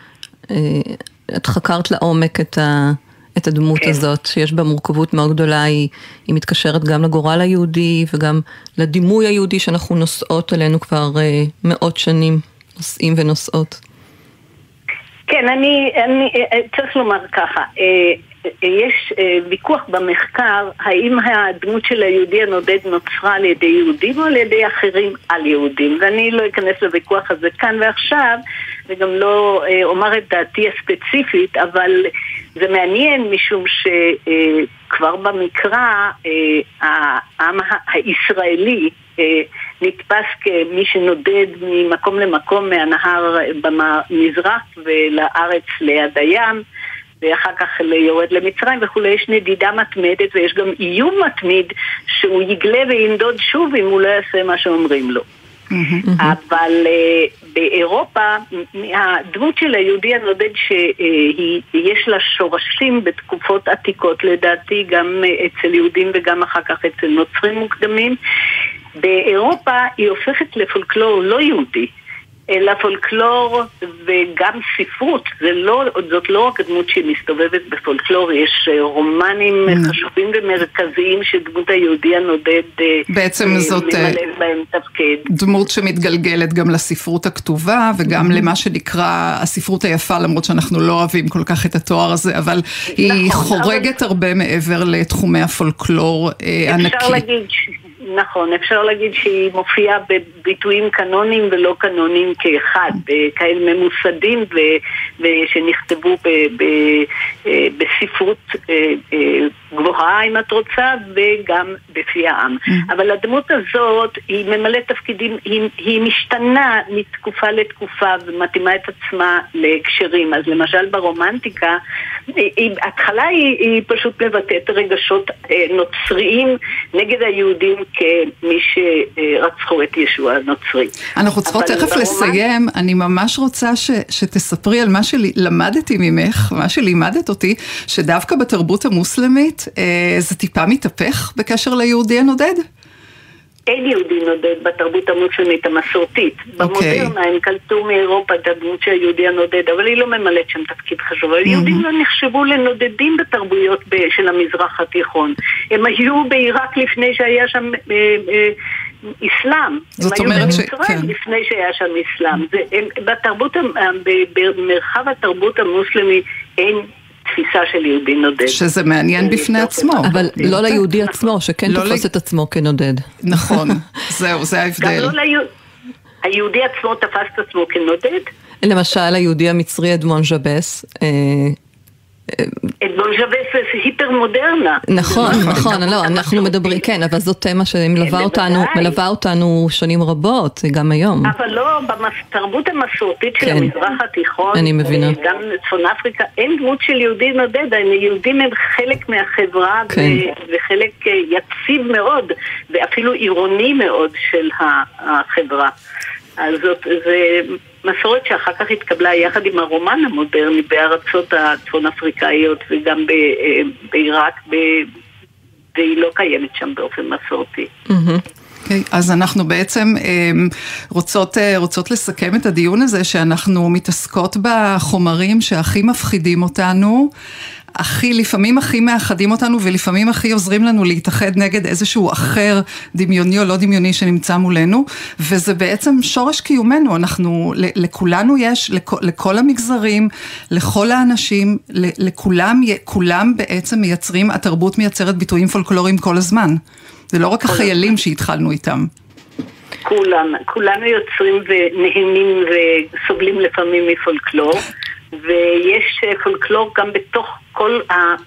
את חקרת לעומק את הדמות הזאת, שיש בה מורכבות מאוד גדולה, היא מתקשרת גם לגורל היהודי וגם לדימוי היהודי שאנחנו נושאות עלינו כבר מאות שנים, נושאים ונושאות. כן, אני צריך לומר ככה, יש ויכוח במחקר האם הדמות של היהודי הנודד נוצרה על ידי יהודים או על ידי אחרים על יהודים, ואני לא אכנס לוויכוח הזה כאן ועכשיו וגם לא אומר את דעתי הספציפית, אבל זה מעניין משום שכבר במקרא העם הישראלי נתפס כמי שנודד ממקום למקום מהנהר במזרח ולארץ ליד הים ואחר כך יורד למצרים וכולי. יש נדידה מתמדת ויש גם איום מתמיד שהוא יגלה וינדוד שוב אם הוא לא יעשה מה שאומרים לו. אבל באירופה הדמות של היהודי הנודד שיש לה שורשים בתקופות עתיקות לדעתי גם אצל יהודים וגם אחר כך אצל נוצרים מוקדמים, באירופה היא הופכת לפולקלור לא יהודי אלא פולקלור וגם ספרות. זאת לא רק דמות שמסתובבת בפולקלור, יש רומנים חשובים ומרכזיים שדמות היהודי הנודד בעצם זאת בהם תפקד. דמות שמתגלגלת גם לספרות הכתובה וגם למה שנקרא הספרות היפה, למרות שאנחנו לא אוהבים כל כך את התואר הזה, אבל היא חורגת הרבה מעבר לתחומי הפולקלור ענקי. נכון, אפשר להגיד שהיא מופיעה בביטויים קנונים ולא קנונים כאחד, כאלה ממוסדים ושנכתבו בספרות גבוהה אם את רוצה וגם בפי העם. אבל הדמות הזאת היא ממלאת תפקידים, היא משתנה מתקופה לתקופה ומתאימה את עצמה להקשרים. אז למשל ברומנטיקה, התחלה היא פשוט מבטאת רגשות נוצריים נגד היהודים כמי שרצחו את ישוע הנוצרי. אנחנו צריכות תכף לסיים, אני ממש רוצה שתספרי על מה שלמדתי ממך, מה שלימדת אותי, שדווקא בתרבות המוסלמית זה טיפה מתהפך בקשר ליהודי הנודד? אין יהודי נודד בתרבות המוסלמית המסורתית. במודרנה הם קלטו מאירופה את הדמות של היהודי הנודד, אבל היא לא ממלאת שם תפקיד חשוב. היהודים לא נחשבו לנודדים בתרבויות של המזרח התיכון. הם היו בעיראק לפני שהיה שם איסלאם. זאת אומרת הם היו במצרים לפני שהיה שם איסלאם. במרחב התרבות המוסלמי אין תפיסה של יהודי נודד. שזה מעניין בפני עצמו. אבל לא ליהודי עצמו, שכן תופס את עצמו כנודד. נכון, זהו, זה ההבדל. גם לא היהודי עצמו תפס את עצמו כנודד? למשל, היהודי המצרי אדמון ז'בס, בונז'ווס היפר מודרנה. נכון, נכון, לא, אנחנו מדברים, כן, אבל זאת תמה שמלווה אותנו שנים רבות, גם היום. אבל לא, בתרבות המסורתית של המזרח התיכון, אני מבינה. גם צפון אפריקה, אין דמות של יהודי נודד, היהודים הם חלק מהחברה וחלק יציב מאוד, ואפילו עירוני מאוד של החברה. אז זה מסורת שאחר כך התקבלה יחד עם הרומן המודרני בארצות הצפון אפריקאיות וגם בעיראק, והיא לא קיימת שם באופן מסורתי. אז אנחנו בעצם רוצות לסכם את הדיון הזה, שאנחנו מתעסקות בחומרים שהכי מפחידים אותנו, לפעמים הכי מאחדים אותנו, ולפעמים הכי עוזרים לנו להתאחד נגד איזשהו אחר דמיוני או לא דמיוני שנמצא מולנו, וזה בעצם שורש קיומנו. אנחנו, לכולנו יש, לכל המגזרים, לכל האנשים, כולם בעצם מייצרים, התרבות מייצרת ביטויים פולקלוריים כל הזמן. זה לא רק החיילים שהתחלנו איתם. כולנו יוצרים ונהנים וסובלים לפעמים מפולקלור, ויש פולקלור גם בתוך כל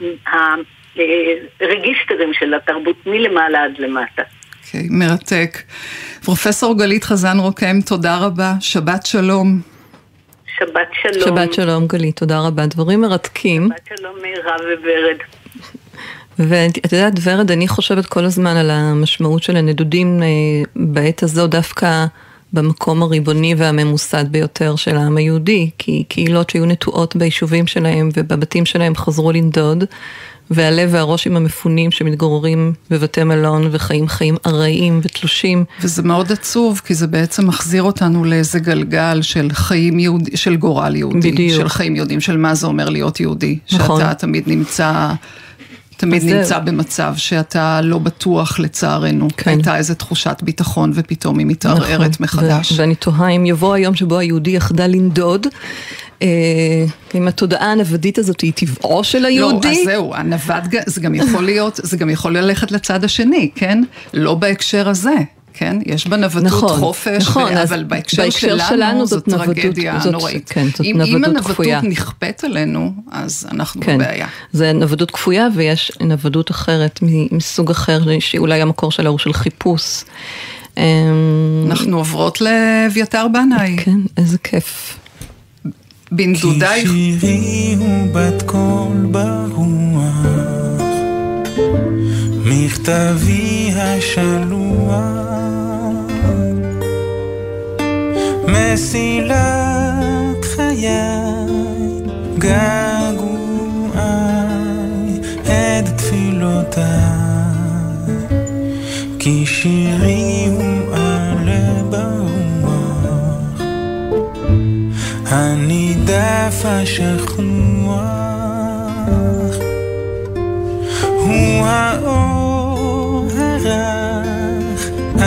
הרגיסטרים של התרבות מלמעלה עד למטה. אוקיי, מרתק. פרופסור גלית חזן רוקם, תודה רבה, שבת שלום. שבת שלום. שבת שלום גלית, תודה רבה, דברים מרתקים. שבת שלום מירה וורד. ואת יודעת ורד, אני חושבת כל הזמן על המשמעות של הנדודים בעת הזו דווקא במקום הריבוני והממוסד ביותר של העם היהודי, כי קהילות שהיו נטועות ביישובים שלהם ובבתים שלהם חזרו לנדוד, והלב והראש עם המפונים שמתגוררים בבתי מלון וחיים חיים ארעיים ותלושים. וזה מאוד עצוב, כי זה בעצם מחזיר אותנו לאיזה גלגל של חיים יהודי, של גורל יהודי, בדיוק. של חיים יהודים, של מה זה אומר להיות יהודי. נכון. שאתה תמיד נמצא במצב שאתה לא בטוח לצערנו. כן. הייתה איזו תחושת ביטחון ופתאום היא מתערערת מחדש. ואני תוהה אם יבוא היום שבו היהודי יחדל לנדוד, אם התודעה הנוודית הזאת היא טבעו של היהודי. לא, אז זהו, הנווד זה גם יכול להיות, זה גם יכול ללכת לצד השני, כן? לא בהקשר הזה. כן, יש בנוודות חופש, אבל בהקשר שלנו זאת טרגדיה נוראית. אם הנוודות נכפת עלינו, אז אנחנו בבעיה. זה נוודות כפויה, ויש נוודות אחרת, מסוג אחר, שאולי המקור שלה הוא של חיפוש. אנחנו עוברות לאביתר בנאי. כן, איזה כיף. בנדודי. כי שירי הוא בת קול ברוח, מכתבי השלוח, מסילת חיי, געגועי, עד תפילותיי, כי שירי הוא עלה ברוח, הנידף השכוח, הוא האור הרך,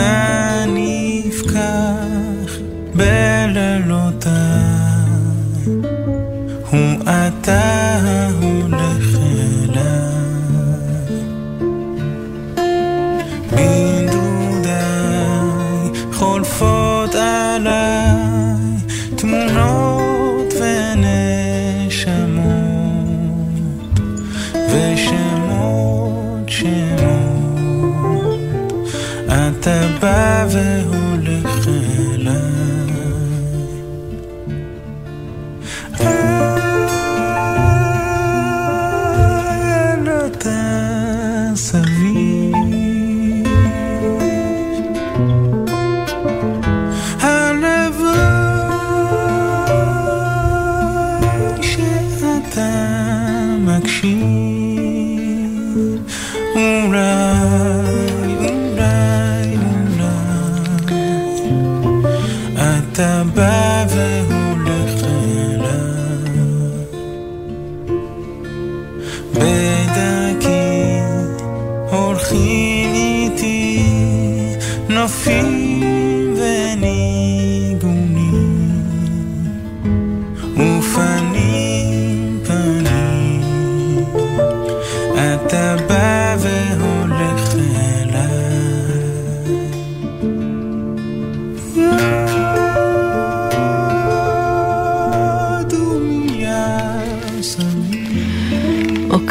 הנפקח בלילותיי, הוא אתה הולך אליי, בנדודיי חולפות עליי תמונות ונשמות ושמות שמות, אתה בא והולך אליי,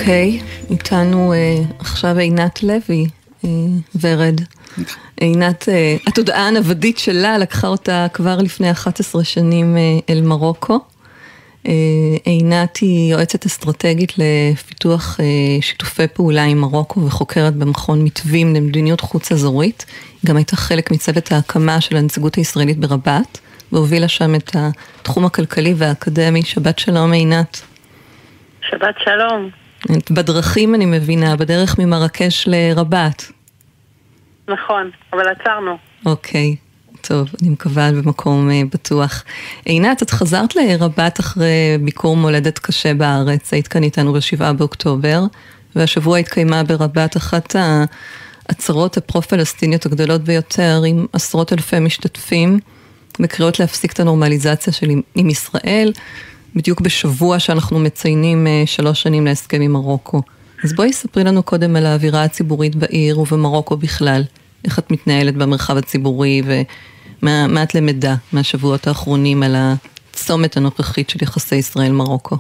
אוקיי, איתנו עכשיו עינת לוי, ורד. עינת, התודעה הנוודית שלה לקחה אותה כבר לפני 11 שנים אל מרוקו. עינת היא יועצת אסטרטגית לפיתוח שיתופי פעולה עם מרוקו וחוקרת במכון מתווים למדיניות חוץ אזורית. היא גם הייתה חלק מצוות ההקמה של הנציגות הישראלית ברבת, והובילה שם את התחום הכלכלי והאקדמי. שבת שלום עינת. שבת שלום. בדרכים אני מבינה, בדרך ממרקש לרבת. נכון, אבל עצרנו. אוקיי, טוב, אני מקווה במקום בטוח. עינת, את חזרת לרבת אחרי ביקור מולדת קשה בארץ, היית כאן איתנו ב7 באוקטובר, והשבוע התקיימה ברבת אחת העצרות הפרו-פלסטיניות הגדולות ביותר, עם עשרות אלפי משתתפים, בקריאות להפסיק את הנורמליזציה עם ישראל, בדיוק בשבוע שאנחנו מציינים 3 שנים להסכם עם מרוקו. אז בואי ספרי לנו קודם על האווירה הציבורית בעיר ובמרוקו בכלל. איך את מתנהלת במרחב הציבורי ומה את למדה מהשבועות האחרונים על הצומת הנוכחית של יחסי ישראל-מרוקו?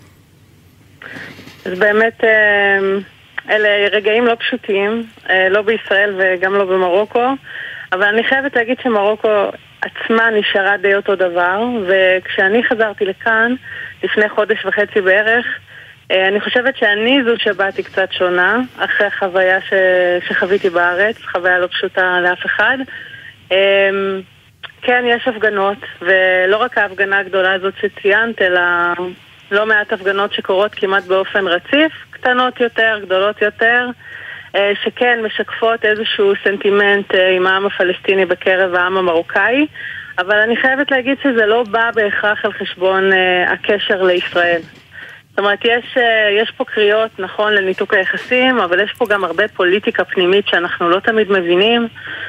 אז באמת אלה רגעים לא פשוטים, לא בישראל וגם לא במרוקו, אבל אני חייבת להגיד שמרוקו עצמה נשארה די אותו דבר, וכשאני חזרתי לכאן לפני 1.5 חודש בערך, אני חושבת שאני זו שבאתי קצת שונה, אחרי החוויה שחוויתי בארץ, חוויה לא פשוטה לאף אחד. כן, יש הפגנות, ולא רק ההפגנה הגדולה הזאת שציינת, אלא לא מעט הפגנות שקורות כמעט באופן רציף, קטנות יותר, גדולות יותר, שכן משקפות איזשהו סנטימנט עם העם הפלסטיני בקרב העם המרוקאי, אבל אני חייבת להגיד שזה לא בא בהכרח על חשבון הקשר לישראל. זאת אומרת, יש פה קריאות, נכון, לניתוק היחסים, אבל יש פה גם הרבה פוליטיקה פנימית שאנחנו לא תמיד מבינים.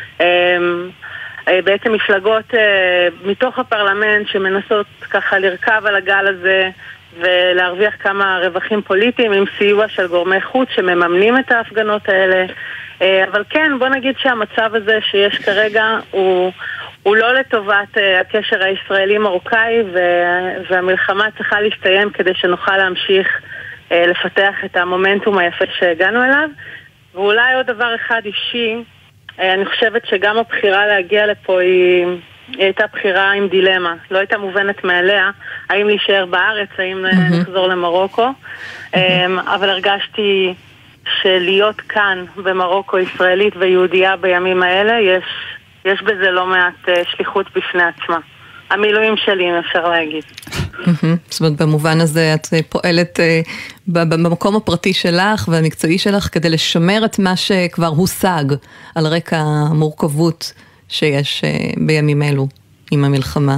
בעצם מפלגות מתוך הפרלמנט שמנסות ככה לרכב על הגל הזה ולהרוויח כמה רווחים פוליטיים עם סיוע של גורמי חוץ שמממנים את ההפגנות האלה. אבל כן, בוא נגיד שהמצב הזה שיש כרגע הוא לא לטובת הקשר הישראלי-מרוקאי, והמלחמה צריכה להסתיים כדי שנוכל להמשיך לפתח את המומנטום היפה שהגענו אליו. ואולי עוד דבר אחד אישי, אני חושבת שגם הבחירה להגיע לפה היא הייתה בחירה עם דילמה, לא הייתה מובנת מעליה, האם להישאר בארץ, האם לחזור למרוקו, אבל הרגשתי שלהיות כאן במרוקו ישראלית ויהודייה בימים האלה, יש בזה לא מעט שליחות בפני עצמה. המילואים שלי, אם אפשר להגיד. זאת אומרת, במובן הזה את פועלת במקום הפרטי שלך והמקצועי שלך כדי לשמר את מה שכבר הושג על רקע המורכבות שיש בימים אלו עם המלחמה.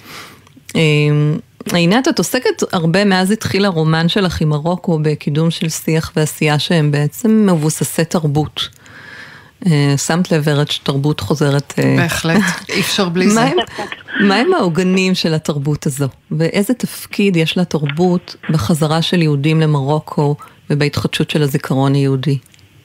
עינת, את עוסקת הרבה מאז התחיל הרומן שלך עם מרוקו בקידום של שיח ועשייה שהם בעצם מבוססי תרבות. שמת לב ורד שתרבות חוזרת... בהחלט, אי אפשר בלי זה. מה הם העוגנים של התרבות הזו? ואיזה תפקיד יש לתרבות בחזרה של יהודים למרוקו ובהתחדשות של הזיכרון היהודי?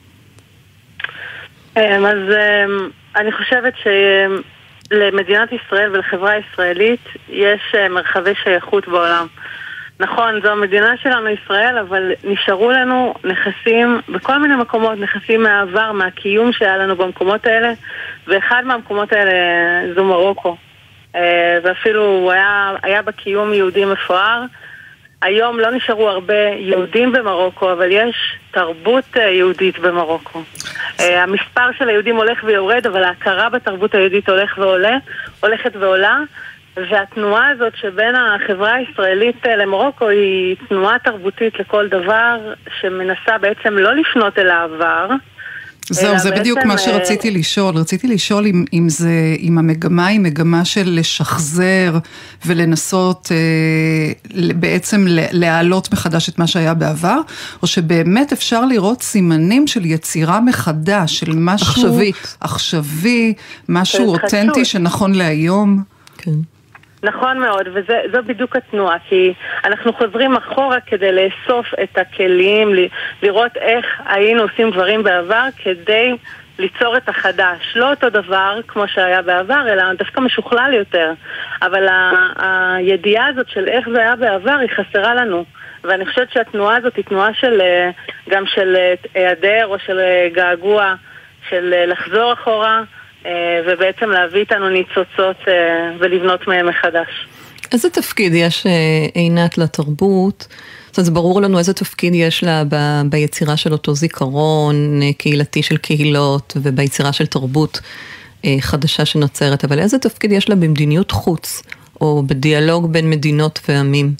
אז אני חושבת שלמדינת ישראל ולחברה הישראלית יש מרחבי שייכות בעולם. נכון, זו המדינה שלנו ישראל, אבל נשארו לנו נכסים בכל מיני מקומות, נכסים מהעבר, מהקיום שהיה לנו במקומות האלה, ואחד מהמקומות האלה זו מרוקו. ואפילו היה בקיום יהודי מפואר. היום לא נשארו הרבה יהודים במרוקו, אבל יש תרבות יהודית במרוקו. המספר של היהודים הולך ויורד, אבל ההכרה בתרבות היהודית הולכת ועולה, והתנועה הזאת שבין החברה הישראלית למרוקו היא תנועה תרבותית לכל דבר, שמנסה בעצם לא לפנות אל העבר. זהו, זה בדיוק מה שרציתי לשאול. רציתי לשאול אם המגמה היא מגמה של לשחזר ולנסות בעצם להעלות מחדש את מה שהיה בעבר, או שבאמת אפשר לראות סימנים של יצירה מחדש, של משהו עכשווי, משהו אותנטי שנכון להיום. כן. נכון מאוד, וזו בדיוק התנועה, כי אנחנו חוזרים אחורה כדי לאסוף את הכלים, לראות איך היינו עושים דברים בעבר כדי ליצור את החדש. לא אותו דבר כמו שהיה בעבר, אלא דווקא משוכלל יותר. אבל הידיעה הזאת של איך זה היה בעבר היא חסרה לנו. ואני חושבת שהתנועה הזאת היא תנועה גם של היעדר או של געגוע, של לחזור אחורה, ובעצם להביא איתנו ניצוצות ולבנות מהם מחדש. איזה תפקיד יש עינת לתרבות? זאת אומרת, זה ברור לנו איזה תפקיד יש לה ביצירה של אותו זיכרון קהילתי של קהילות, וביצירה של תרבות חדשה שנוצרת, אבל איזה תפקיד יש לה במדיניות חוץ, או בדיאלוג בין מדינות ועמים?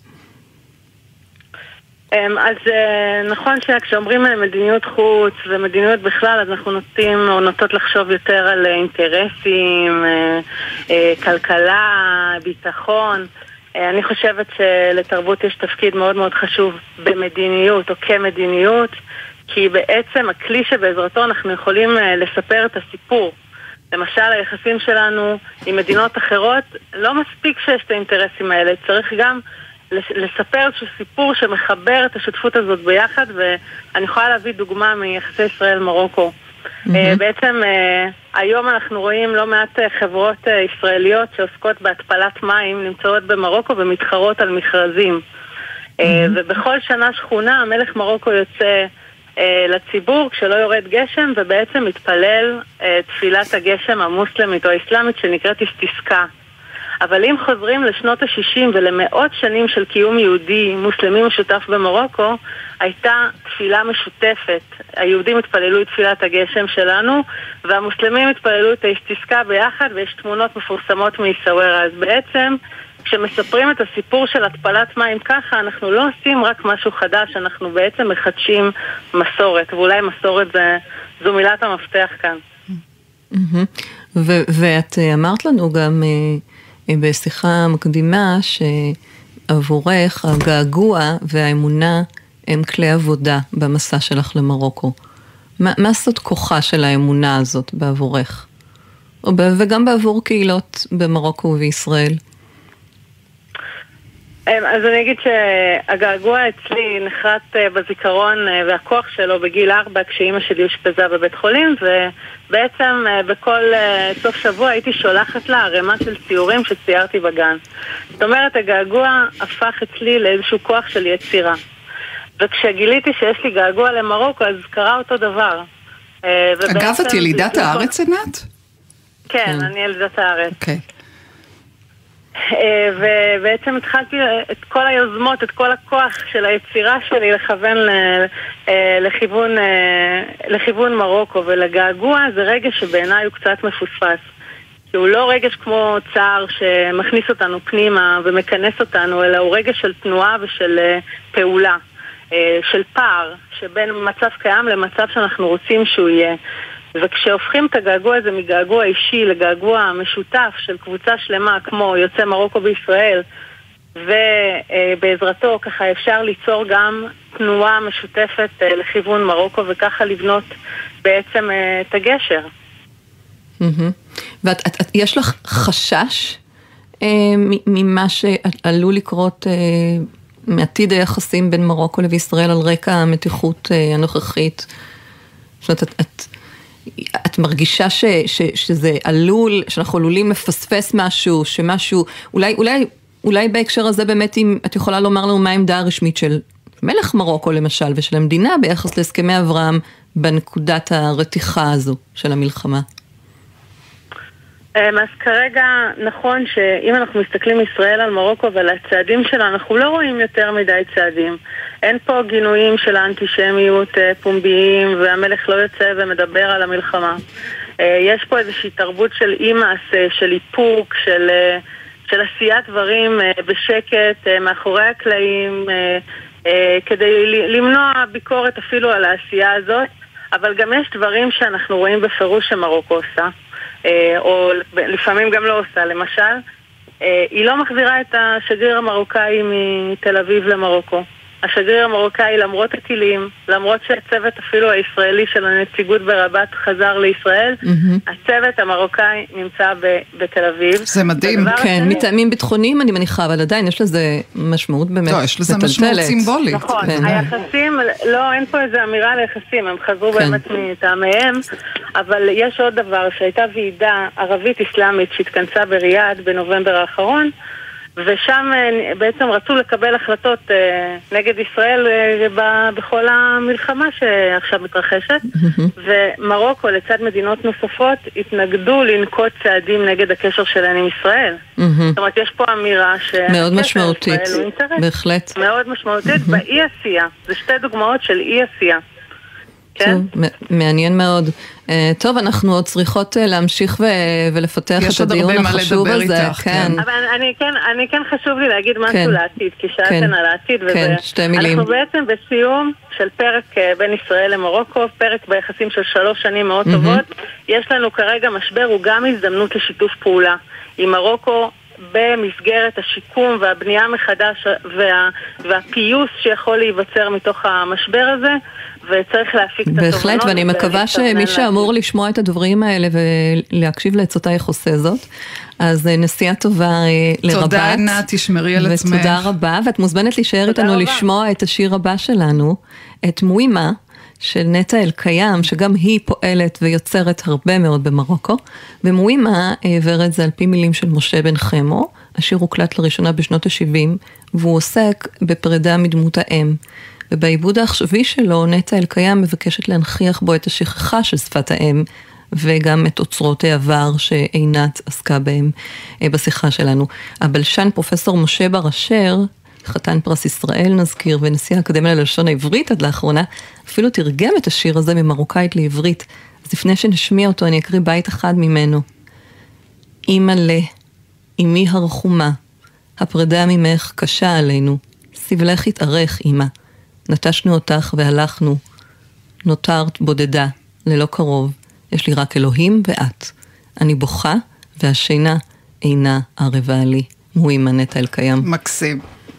אז נכון שכשאומרים מדיניות חוץ ומדיניות בכלל, אז אנחנו נוטים או נוטות לחשוב יותר על אינטרסים, כלכלה, ביטחון. אני חושבת שלתרבות יש תפקיד מאוד מאוד חשוב במדיניות או כמדיניות, כי בעצם הכלי שבעזרתו אנחנו יכולים לספר את הסיפור. למשל, היחסים שלנו עם מדינות אחרות, לא מספיק שיש את האינטרסים האלה, צריך גם לספר איזשהו סיפור שמחבר את השותפות הזאת ביחד, ואני יכולה להביא דוגמה מיחסי ישראל-מרוקו. בעצם היום אנחנו רואים לא מעט חברות ישראליות שעוסקות בהתפלת מים, נמצאות במרוקו ומתחרות על מכרזים. ובכל שנה שכונה המלך מרוקו יוצא לציבור כשלא יורד גשם, ובעצם מתפלל תפילת הגשם המוסלמית או האסלאמית שנקראת איסטיסקה. אבל אם חוזרים לשנות ה-60 ולמאות שנים של קיום יהודי מוסלמי משותף במרוקו, הייתה תפילה משותפת. היהודים התפללו את תפילת הגשם שלנו, והמוסלמים התפללו את האיסטיסקה ביחד, ויש תמונות מפורסמות מיסאווירה. אז בעצם, כשמספרים את הסיפור של התפלת מים ככה, אנחנו לא עושים רק משהו חדש, אנחנו בעצם מחדשים מסורת, ואולי מסורת זו מילת המפתח כאן. ואת אמרת לנו גם בשיחה מקדימה שעבורך הגעגוע והאמונה הם כלי עבודה במסע שלך למרוקו. מה סוד כוחה של האמונה הזאת בעבורך? וגם בעבור קהילות במרוקו ובישראל? אז אני אגיד שהגעגוע אצלי נחרט בזיכרון והכוח שלו בגיל 4 כשאימא שלי אושפזה בבית חולים, ובעצם בכל סוף שבוע הייתי שולחת לה ערימה של ציורים שציירתי בגן. זאת אומרת, הגעגוע הפך אצלי לאיזשהו כוח של יצירה. וכשגיליתי שיש לי געגוע למרוקו, אז קרה אותו דבר. אגב, את ילידת הארץ, עינת? כן, אני ילידת הארץ. אוקיי. ובעצם התחלתי את כל היוזמות, את כל הכוח של היצירה שלי לכוון לכיוון מרוקו, ולגעגוע זה רגש שבעיניי הוא קצת מפוספס. כי הוא לא רגש כמו צער שמכניס אותנו פנימה ומכנס אותנו, אלא הוא רגש של תנועה ושל פעולה, של פער, שבין מצב קיים למצב שאנחנו רוצים שהוא יהיה. וכשהופכים את הגעגוע הזה מגעגוע אישי לגעגוע משותף של קבוצה שלמה כמו יוצא מרוקו בישראל, ובעזרתו ככה אפשר ליצור גם תנועה משותפת לכיוון מרוקו, וככה לבנות בעצם את הגשר. ויש לך חשש ממה שעלול לקרות מעתיד היחסים בין מרוקו ובישראל על רקע המתיחות הנוכחית? זאת אומרת, את מרגישה שזה עלול, שאנחנו עלולים מפספס משהו, שמשהו, אולי בהקשר הזה באמת, אם את יכולה לומר לנו מה העמדה הרשמית של מלך מרוקו למשל, ושל המדינה ביחס להסכמי אברהם, בנקודת הרתיחה הזו של המלחמה? אז כרגע נכון שאם אנחנו מסתכלים ישראל על מרוקו ועל הצעדים שלה, אנחנו לא רואים יותר מדי צעדים. אין פה גינויים של האנטישמיות פומביים, והמלך לא יוצא ומדבר על המלחמה. יש פה איזושהי תרבות של אי-מעשה, של איפוק, של עשיית דברים בשקט, מאחורי הקלעים, כדי למנוע ביקורת אפילו על העשייה הזאת, אבל גם יש דברים שאנחנו רואים בפירוש שמרוקו עושה. או לפעמים גם לא עושה. למשל, היא לא מחזירה את השגריר המרוקאי מתל אביב למרוקו. השגריר המרוקאי, למרות הטילים, למרות שהצוות אפילו הישראלי של הנציגות ברבת חזר לישראל, הצוות המרוקאי נמצא בתל אביב. זה מדהים. כן, מטעמים ביטחוניים אני מניחה, אבל עדיין יש לזה משמעות באמת מטלטלת. לא, יש לזה משמעות סימבולית. נכון, היחסים, לא, אין פה איזו אמירה ליחסים, הם חזרו באמת מטעמיהם, אבל יש עוד דבר, שהייתה ועידה ערבית אסלאמית שהתכנסה בריאד בנובמבר האחרון, ושם בעצם רצו לקבל החלטות נגד ישראל בכל המלחמה שעכשיו מתרחשת, ומרוקו לצד מדינות נוספות התנגדו לנקוט צעדים נגד הקשר שלהם עם ישראל. זאת אומרת, יש פה אמירה מאוד משמעותית, בהחלט. מאוד משמעותית באי עשייה. זה שתי דוגמאות של אי עשייה. כן? מעניין מאוד. טוב, אנחנו עוד צריכות להמשיך ולפתח את הדיון החשוב הזה. כן. אבל אני כן חשוב לי להגיד משהו לעתיד, כי שאלתן על העתיד, כן, שתי מילים. אנחנו בעצם בסיום של פרק בין ישראל למרוקו, פרק ביחסים של 3 שנים מאוד טובות. יש לנו כרגע משבר, הוא גם הזדמנות לשיתוף פעולה עם מרוקו, במסגרת השיקום והבנייה מחדש והפיוס שיכול להיווצר מתוך המשבר הזה, וצריך להפיק את התובנות. בהחלט, ואני מקווה שמי שאמור לשמוע את הדברים האלה ולהקשיב לעצותייך עושה זאת. אז נסיעה טובה לרבת. תודה עינת, תשמרי על עצמך. ותודה רבה, ואת מוזמנת להישאר איתנו לשמוע את השיר הבא שלנו, את מוימה, של נטע אלקיים, שגם היא פועלת ויוצרת הרבה מאוד במרוקו, ומוימה העברת זה על פי מילים של משה בן חמו, השיר הוקלט לראשונה בשנות ה-70, והוא עוסק בפרידה מדמות האם, ובעיבוד העכשווי שלו, נטע אלקיים מבקשת להנכיח בו את השכחה של שפת האם, וגם את אוצרות העבר שעינת עסקה בהם בשיחה שלנו. הבלשן פרופסור משה בר אשר, חתן פרס ישראל נזכיר, ונשיא האקדמיה ללשון העברית עד לאחרונה, אפילו תרגם את השיר הזה ממרוקאית לעברית. אז לפני שנשמיע אותו, אני אקריא בית אחד ממנו. אמא לה, אמי הרחומה, הפרידה ממך קשה עלינו, סבלך התארך אמא, נטשנו אותך והלכנו, נותרת בודדה, ללא קרוב, יש לי רק אלוהים ואת. אני בוכה והשינה אינה ערבה לי. מוימה, נטע אלקיים. מקסים.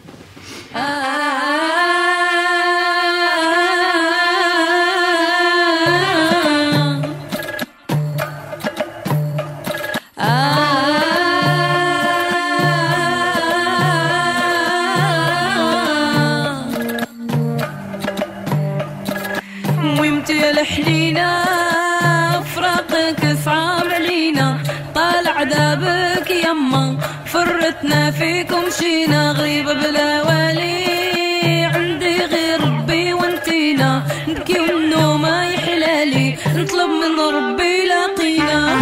فرتنا فيكم شينا غريبة بلا والي عندي غير ربي وانتينا نبكي ومنو ما يحلالي نطلب من ربي لاقينا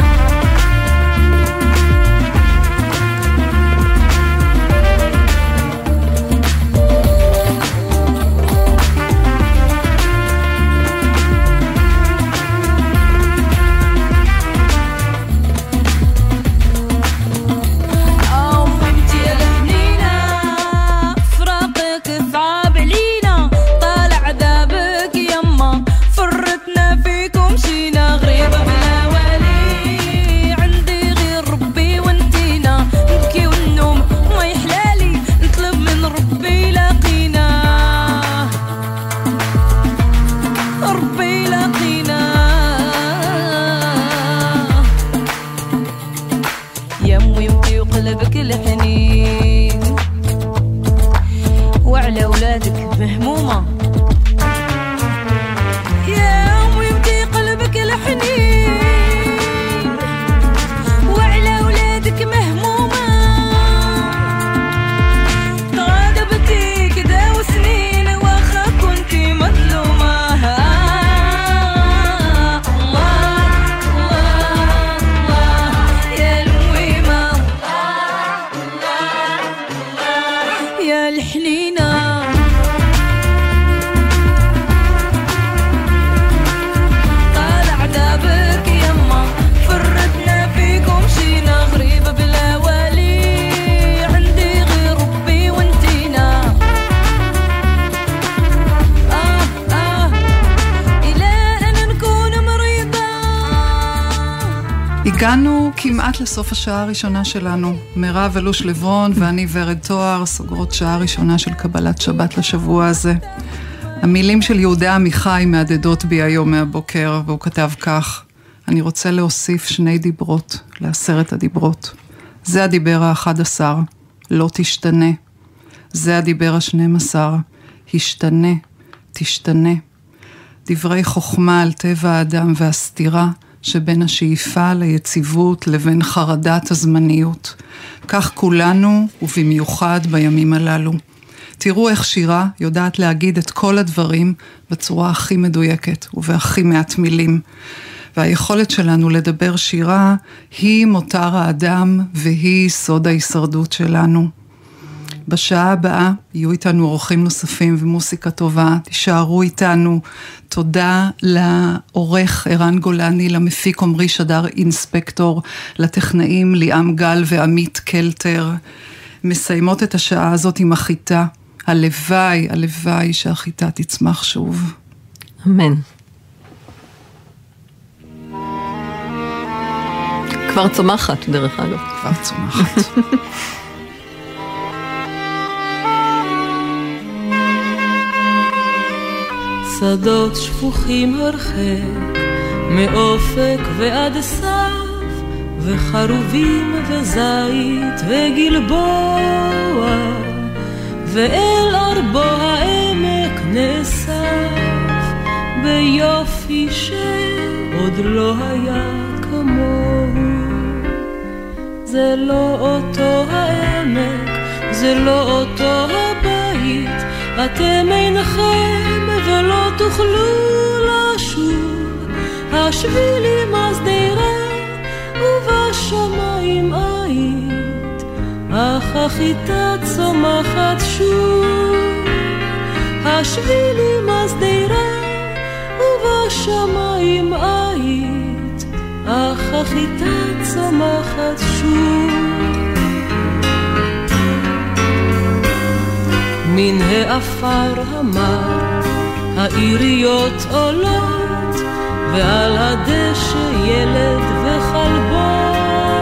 הגענו כמעט לסוף השעה הראשונה שלנו. מירב אלוש לברון ואני ורד תואר סוגרות שעה ראשונה של קבלת שבת לשבוע הזה. המילים של יהודה עמיחי מהדהדות בי היום מהבוקר, והוא כתב כך: אני רוצה להוסיף 2 דיברות ל10 הדיברות. זה הדיבר ה11, לא תשתנה. זה הדיבר ה12, השתנה, תשתנה. דברי חוכמה על טבע האדם והסתירה שבין השאיפה ליציבות לבין חרדת הזמניות. כך כולנו, ובמיוחד בימים הללו. תראו איך שירה יודעת להגיד את כל הדברים בצורה הכי מדויקת ובהכי מעט מילים. והיכולת שלנו לדבר שירה היא מותר האדם והיא סוד ההישרדות שלנו. בשעה הבאה יהיו איתנו אורחים נוספים ומוסיקה טובה, תישארו איתנו. תודה לעורך ערן גולני, למפיק עמרי שדר אינספקטור, לטכנאים ליאם גל ועמית קלטר. מסיימות את השעה הזאת עם החיטה. הלוואי, הלוואי שהחיטה תצמח שוב. אמן. כבר צומחת דרך אגב. כבר צומחת. שדות שפוכים הרחק, מאופק ועד סף, וחרובים וזית וגלבוע, ואל ארבו העמק נאסף, ביופי שעוד לא היה כמוהו. זה לא אותו העמק, זה לא אותו הבית, אתם אינכם ולא תוכלו לשוב. השבילים השדרה ובשמיים היית, אך החיטה צומחת שוב. השבילים השדרה ובשמיים היית, אך החיטה צומחת שוב. מן האפר המר העיריות עולות, ועל הדשא ילד וחלבו,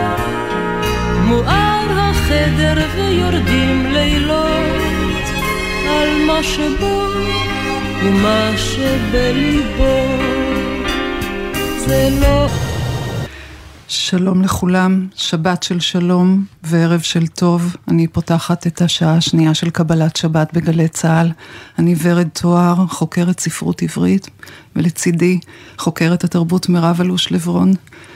מואר החדר ויורדים לילות על מה שבו ומה שבליבו. זה לא... שלום לכולם, שבת של שלום וערב של טוב. אני פותחת את השעה השנייה של קבלת שבת בגלי צהל. אני ורד תואר, חוקרת ספרות עברית, ולצידי חוקרת התרבות מירב אלוש לברון.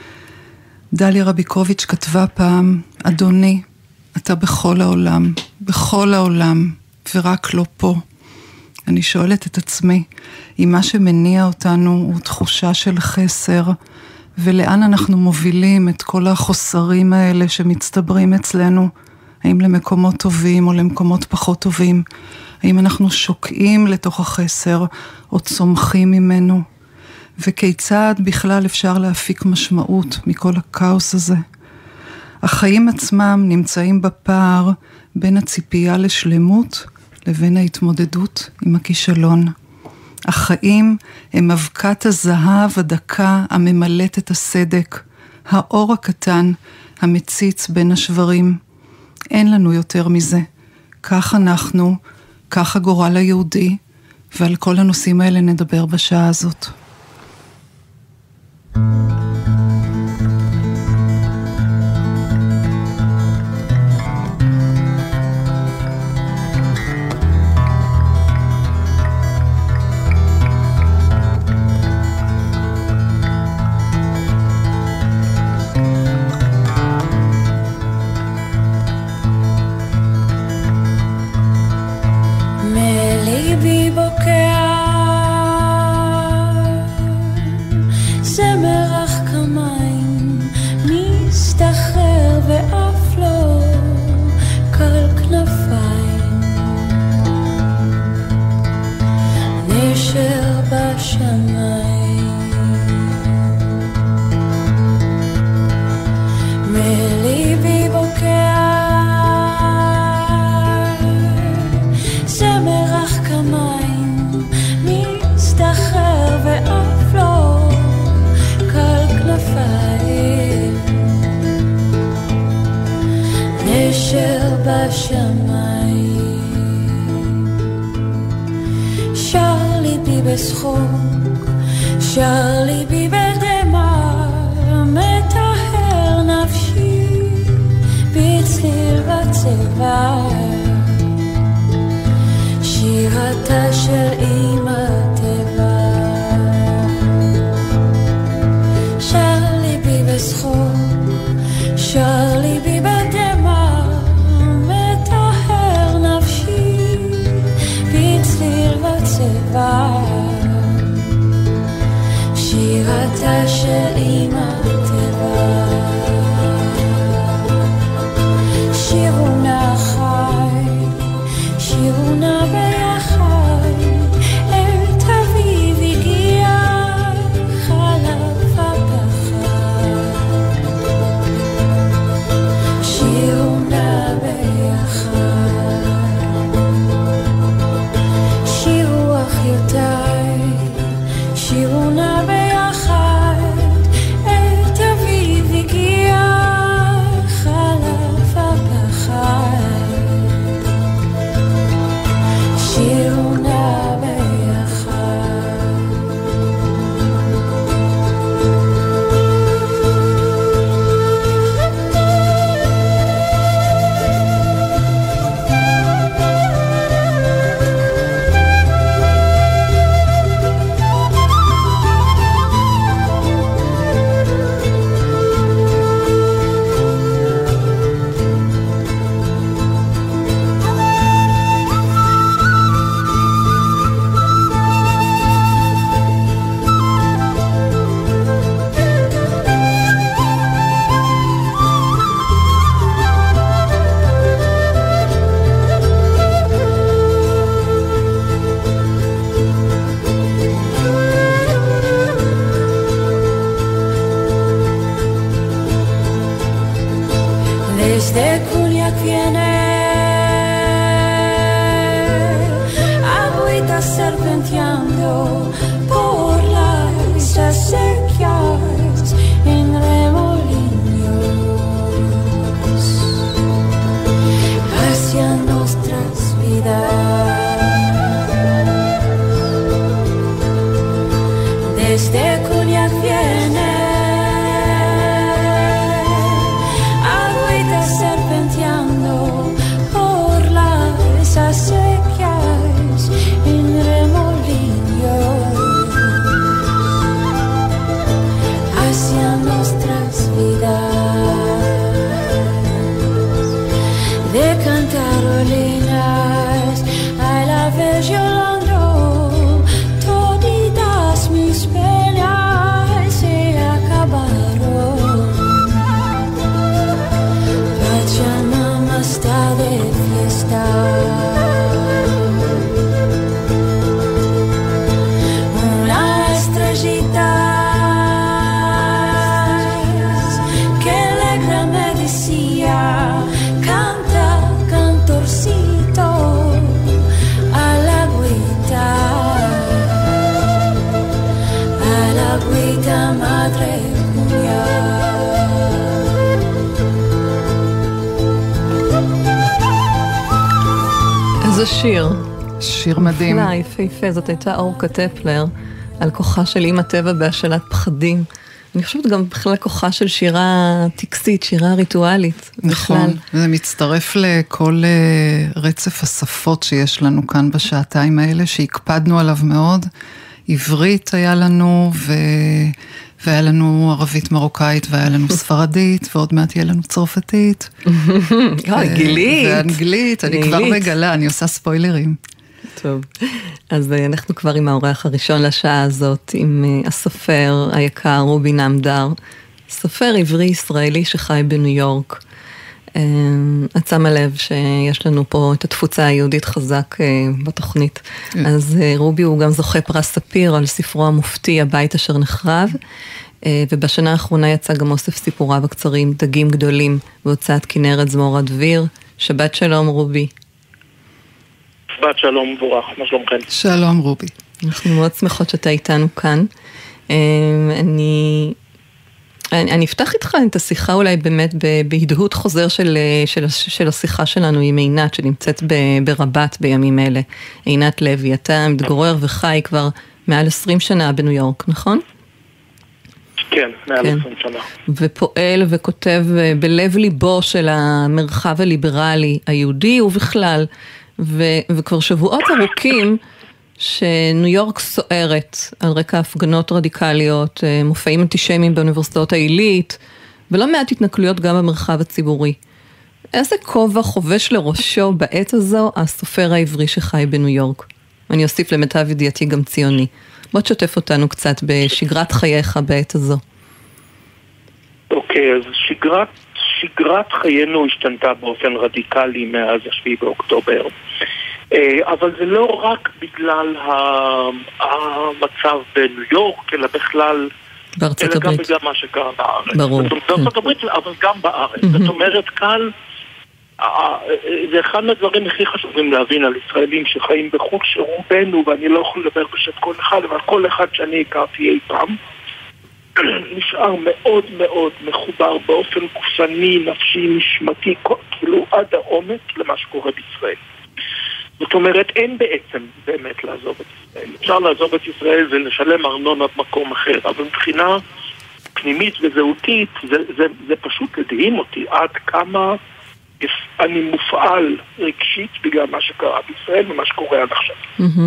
דליה רביקוביץ' כתבה פעם, אדוני, אתה בכל העולם, בכל העולם, ורק לא פה. אני שואלת את עצמי, אם מה שמניע אותנו הוא תחושה של חסר, ולאן אנחנו מובילים את כל החוסרים האלה שמצטברים אצלנו, האם למקומות טובים או למקומות פחות טובים, האם אנחנו שוקעים לתוך החסר או צומחים ממנו, וכיצד בכלל אפשר להפיק משמעות מכל הכאוס הזה. החיים עצמם נמצאים בפער בין הציפייה לשלמות לבין ההתמודדות עם הכישלון. החיים הם אבקת הזהב הדקה הממלאת את הסדק, האור הקטן המציץ בין השברים. אין לנו יותר מזה. כך אנחנו, כך הגורל היהודי, ועל כל הנושאים האלה נדבר בשעה הזאת. שירתה serpenteando por las acequias en remolinos hacia nuestras vidas. Desde Cunyac viene agüita serpenteando por las acequias en remolinos hacia nuestras vidas. De cantarolinas a la vez llorando, toditas mis penas se acabaron. Pachamama está de fiesta. Una estrellita que alegra me decía, canta, cantorcito, a la agüita madre Cunyac. איזה שיר. שיר מדהים. נפלא, יפהפה, זאת הייתה אורקה טפלר, על כוחה של אמא טבע בהשאלת פחדים. אני חושבת גם בכלל כוחה של שירה טקסית, שירה ריטואלית. נכון, בכלל. זה מצטרף לכל רצף השפות שיש לנו כאן בשעתיים האלה, שהקפדנו עליו מאוד. עברית היה לנו, והיה לנו ערבית מרוקאית, והיה לנו ספרדית, ועוד מעט יהיה לנו צרפתית. גילית. ואנגלית, אני כבר מגלה, אני עושה ספוילרים. טוב, אז אנחנו כבר עם האורח הראשון לשעה הזאת, עם הסופר היקר רובי נמדר, סופר עברי ישראלי שחי בניו יורק. את שמה לב שיש לנו פה את התפוצה היהודית חזק בתוכנית. אז רובי הוא גם זוכה פרס ספיר על ספרו המופתי הבית אשר נחרב, ובשנה האחרונה יצא גם אוסף סיפוריו הקצרים דגים גדולים בהוצאת כנרת זמורה דביר. שבת שלום רובי. שבת שלום מבורך, מה שלומכם? שלום רובי. אנחנו מאוד שמחות שאתה איתנו כאן. אני אפתח איתך את השיחה אולי באמת בהדהוד חוזר של השיחה שלנו עם עינת שנמצאת ברבת בימים אלה. עינת לוי, אתה מתגורר וחי כבר מעל 20 שנה בניו יורק, נכון? כן, מעל 20 שנה. ופועל וכותב בלב ליבו של המרחב הליברלי היהודי ובכלל, וכבר שבועות ארוכים שניו יורק סוערת על רקע הפגנות רדיקליות, מופעים אנטישמיים באוניברסיטאות העילית, ולא מעט התנכלויות גם במרחב הציבורי. איזה כובע חובש לראשו בעת הזו הסופר העברי שחי בניו יורק? אני אוסיף למיטב ידיעתי גם ציוני. בוא תשתף אותנו קצת בשגרת חייך בעת הזו. אוקיי, אז שגרת חיינו השתנתה באופן רדיקלי מאז 7 באוקטובר. אבל זה לא רק בגלל המצב בניו יורק, אלא בכלל, בארצות הברית. אלא גם בגלל מה שקרה בארץ. ברור. בארצות הברית, אבל גם בארץ. זאת אומרת, כאן, זה אחד מהדברים הכי חשובים להבין על ישראלים שחיים בחוץ שרובנו, ואני לא יכול לדבר בשם כל אחד, אבל כל אחד שאני הכרתי אי פעם, נשאר מאוד מאוד מחובר באופן גופני, נפשי, נשמתי, כאילו עד העומק למה שקורה בישראל. זאת אומרת, אין בעצם באמת לעזוב את ישראל. אפשר לעזוב את ישראל ולשלם ארנונה במקום אחר, אבל מבחינה פנימית וזהותית, זה פשוט לדהים אותי עד כמה אני מופעל רגשית בגלל מה שקרה בישראל ומה שקורה עד עכשיו.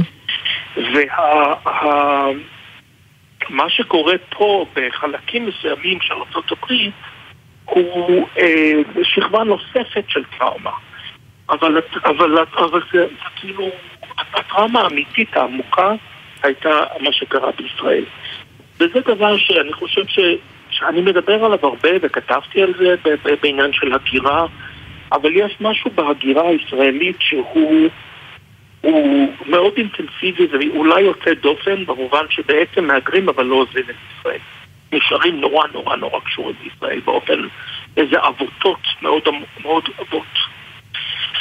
מה שקורה פה בחלקים מסוימים של ארצות הברית הוא שכבה נוספת של טראומה. אבל זה כאילו, הטראומה האמיתית העמוקה הייתה מה שקרה בישראל. וזה דבר שאני חושב שאני מדבר עליו הרבה וכתבתי על זה בעניין של הגירה, אבל יש משהו בהגירה הישראלית שהוא מאוד אינטנסיבי ואולי יוצא דופן במובן שבעצם מהגרים אבל לא עוזבים את ישראל. נשארים נורא נורא נורא קשורים בישראל באופן איזה אבותות מאוד מאוד אבות.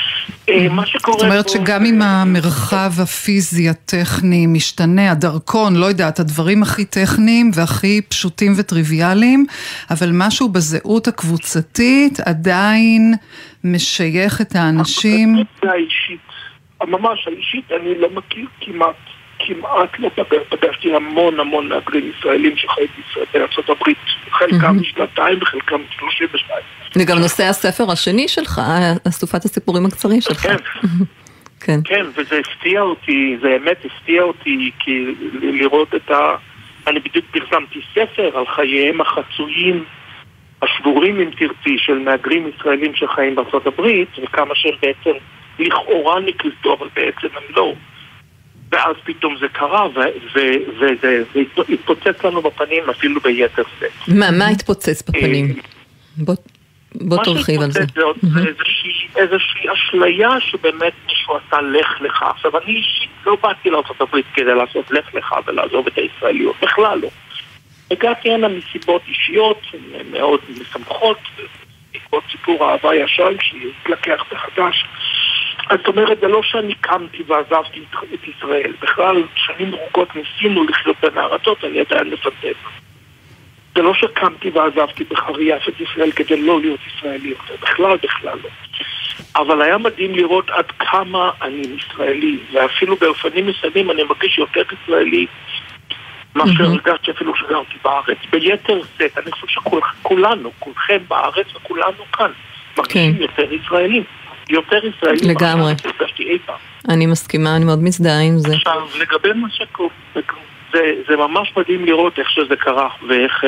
מה שקורה... זאת אומרת שגם אם המרחב הפיזי הטכני משתנה, הדרכון, לא יודעת, הדברים הכי טכניים והכי פשוטים וטריוויאליים, אבל משהו בזהות הקבוצתית עדיין משייך את האנשים... ממש האישית, אני לא מכיר כמעט לא פגשתי המון מהגרים ישראלים שחיים בישראל בארצות הברית, חלקם 2 וחלקם 32. זה גם נושא הספר השני שלך, אסופת הסיפורים הקצרים שלך. כן. כן, וזה הפתיע אותי, זה באמת הפתיע אותי, כי לראות אני בדיוק פרסמתי ספר על חייהם החצויים, השבורים אם תרצי, של מהגרים ישראלים שחיים בארצות הברית, וכמה שהם בעצם לכאורה נקלטו, אבל בעצם הם לא. ואז פתאום זה קרה, וזה התפוצץ לנו בפנים אפילו ביתר סט. מה התפוצץ בפנים? בוא תרחיב על זה. מה שהתפוצץ זה איזושהי אשליה שבאמת מישהו עשה לך לך. עכשיו אני אישית לא באתי לארצות הברית כדי לעשות לך לך ולעזוב את הישראליות, בכלל לא. הגעתי הנה מסיבות אישיות מאוד משמחות, בעקבות סיפור האהבה ישן שהתלקח בחדש. זאת אומרת, זה לא שאני קמתי ועזבתי את ישראל. בכלל, שנים ארוכות ניסינו לחיות בין הארצות, אני עדיין מפנטז. זה לא שקמתי ועזבתי בחריף את ישראל כדי לא להיות ישראלי. בכלל לא. אבל היה מדהים לראות עד כמה אני ישראלי, ואפילו באופנים מסוימים אני מרגיש יותר ישראלי מאשר הרגשתי אפילו שגרתי בארץ. ביתר סט, אני חושב שכולנו, כולכם בארץ וכולנו כאן, מרגישים יותר ישראלים. יותר ישראלים. לגמרי. אני מסכימה, אני מאוד מזדהה עם זה. עכשיו, לגבי מה שקורה, זה ממש מדהים לראות איך שזה קרה, ואיך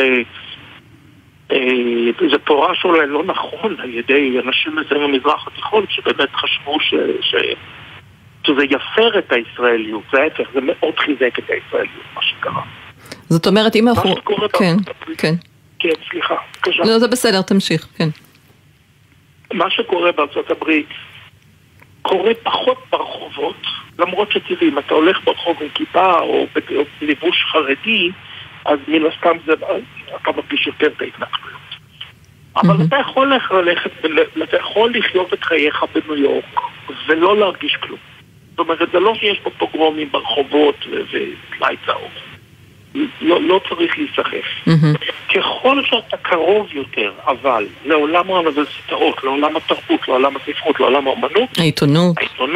זה פורש אולי לא נכון על ידי אנשים מסוימים במזרח התיכון, שבאמת חשבו שזה יפר את הישראליות, זה ההפך, זה מאוד חיזק את הישראליות, מה שקרה. זאת אומרת, אם אנחנו... כן, סליחה. לא, זה בסדר, תמשיך, כן. מה שקורה בארצות הברית קורה פחות ברחובות, למרות שתראי, אם אתה הולך ברחוב עם כיפה או בלבוש חרדי, אז מן הסתם אתה מרגיש יותר את ההתנגדויות. אבל אתה יכול ללכת, אתה יכול לחיות את חייך בניו יורק ולא להרגיש כלום. זאת אומרת, זה לא שיש פה פוגרומים ברחובות וטלאי צהוב. לא צריך להיסחף. ככל שאתה קרוב יותר, אבל לעולם האוניברסיטאות, לעולם התרבות, לעולם הספרות, לעולם האמנות, העיתונות,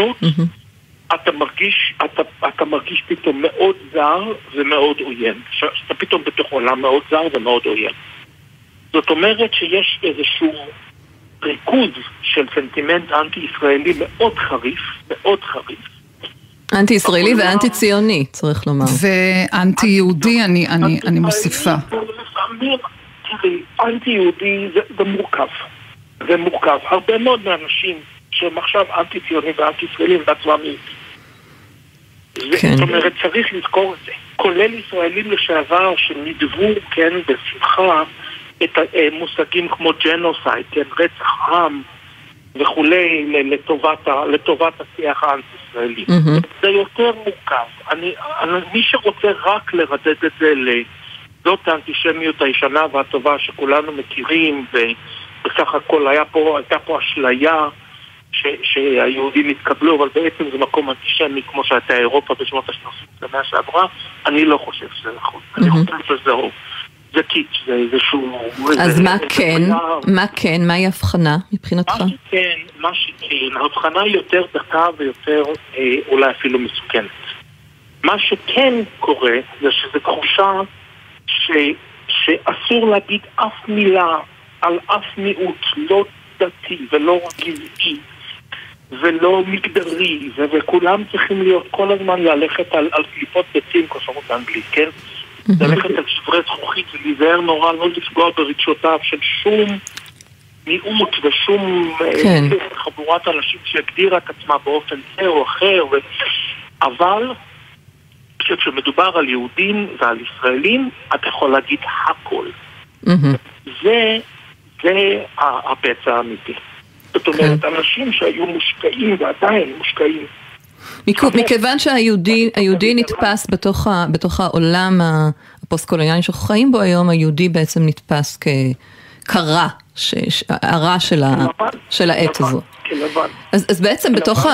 אתה מרגיש פתאום מאוד זר ומאוד עוין. אתה פתאום בתוך עולם מאוד זר ומאוד עוין. זאת אומרת שיש איזשהו ריכוז של סנטימנט אנטי-ישראלי מאוד חריף, אנטי-ישראלי ואנטי-ציוני, צריך לומר. ואנטי-יהודי, אני מוסיפה. תראי, אנטי-יהודי זה מורכב. הרבה מאוד מהאנשים שהם עכשיו אנטי-ציונים ואנטי-ישראלים בעצמם זאת אומרת, צריך לזכור את זה. כולל ישראלים לשעבר שנדבו, כן, בשמחה, את מושגים כמו ג'נוסייד, כן, רצח עם וכולי, לטובת השיח האנטי-ישראלי. זה יותר מורכב. מי שרוצה רק לרדד את זה זאת האנטישמיות הישנה והטובה שכולנו מכירים, ובסך הכל הייתה פה אשליה שהיהודים התקבלו, אבל בעצם זה מקום אנטישמי כמו שהייתה אירופה בשנות ה-30 שנה שעברה. אני לא חושב שזה נכון. אני חושב שזהו. זה קיץ', זה איזשהו... אז מה כן? מהי הבחנה מבחינתך? מה שכן, ההבחנה היא יותר דקה ויותר אולי אפילו מסוכנת. מה שכן קורה זה שזו תחושה שאסור להגיד אף מילה על אף מיעוט, לא דתי ולא גזעי ולא מגדרי, וכולם צריכים להיות כל הזמן ללכת על קליפות ביצים, כמו שאומרים באנגלית, כן? ללכת על שברי זכוכית ולהיזהר נורא, לא לפגוע ברגשותיו של שום מיעוט ושום חבורת אנשים שהגדירה את עצמה באופן זה או אחר, אבל כשמדובר על יהודים ועל ישראלים, אתה יכול להגיד הכל. זה הפצע האמיתי. זאת אומרת, אנשים שהיו מושקעים ועדיין מושקעים. מכיוון שהיהודי נתפס בתוך העולם הפוסט-קולוניאלי שאנחנו חיים בו היום, היהודי בעצם נתפס כרע, הרע של העת הזו. כלבן. אז בעצם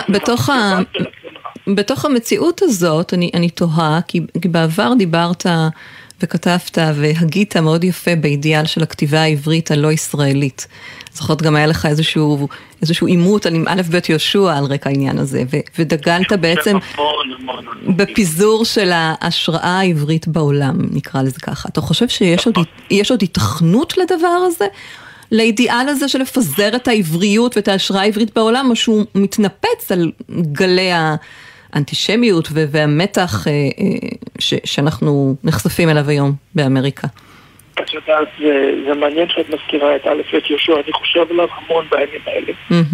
בתוך המציאות הזאת, אני תוהה, כי בעבר דיברת וכתבת והגית מאוד יפה באידיאל של הכתיבה העברית הלא ישראלית. זוכרת גם היה לך איזשהו עימות עם א' ב' יהושע על רקע העניין הזה, ודגלת בעצם בפיזור של ההשראה העברית בעולם, נקרא לזה ככה. אתה חושב שיש עוד התכנות לדבר הזה? לאידיאל הזה של לפזר את העבריות ואת ההשראה העברית בעולם, או שהוא מתנפץ על גלי האנטישמיות והמתח שאנחנו נחשפים אליו היום באמריקה? את יודעת, זה מעניין שאת מזכירה את א' ב' יהושע, אני חושב עליו המון בימים האלה.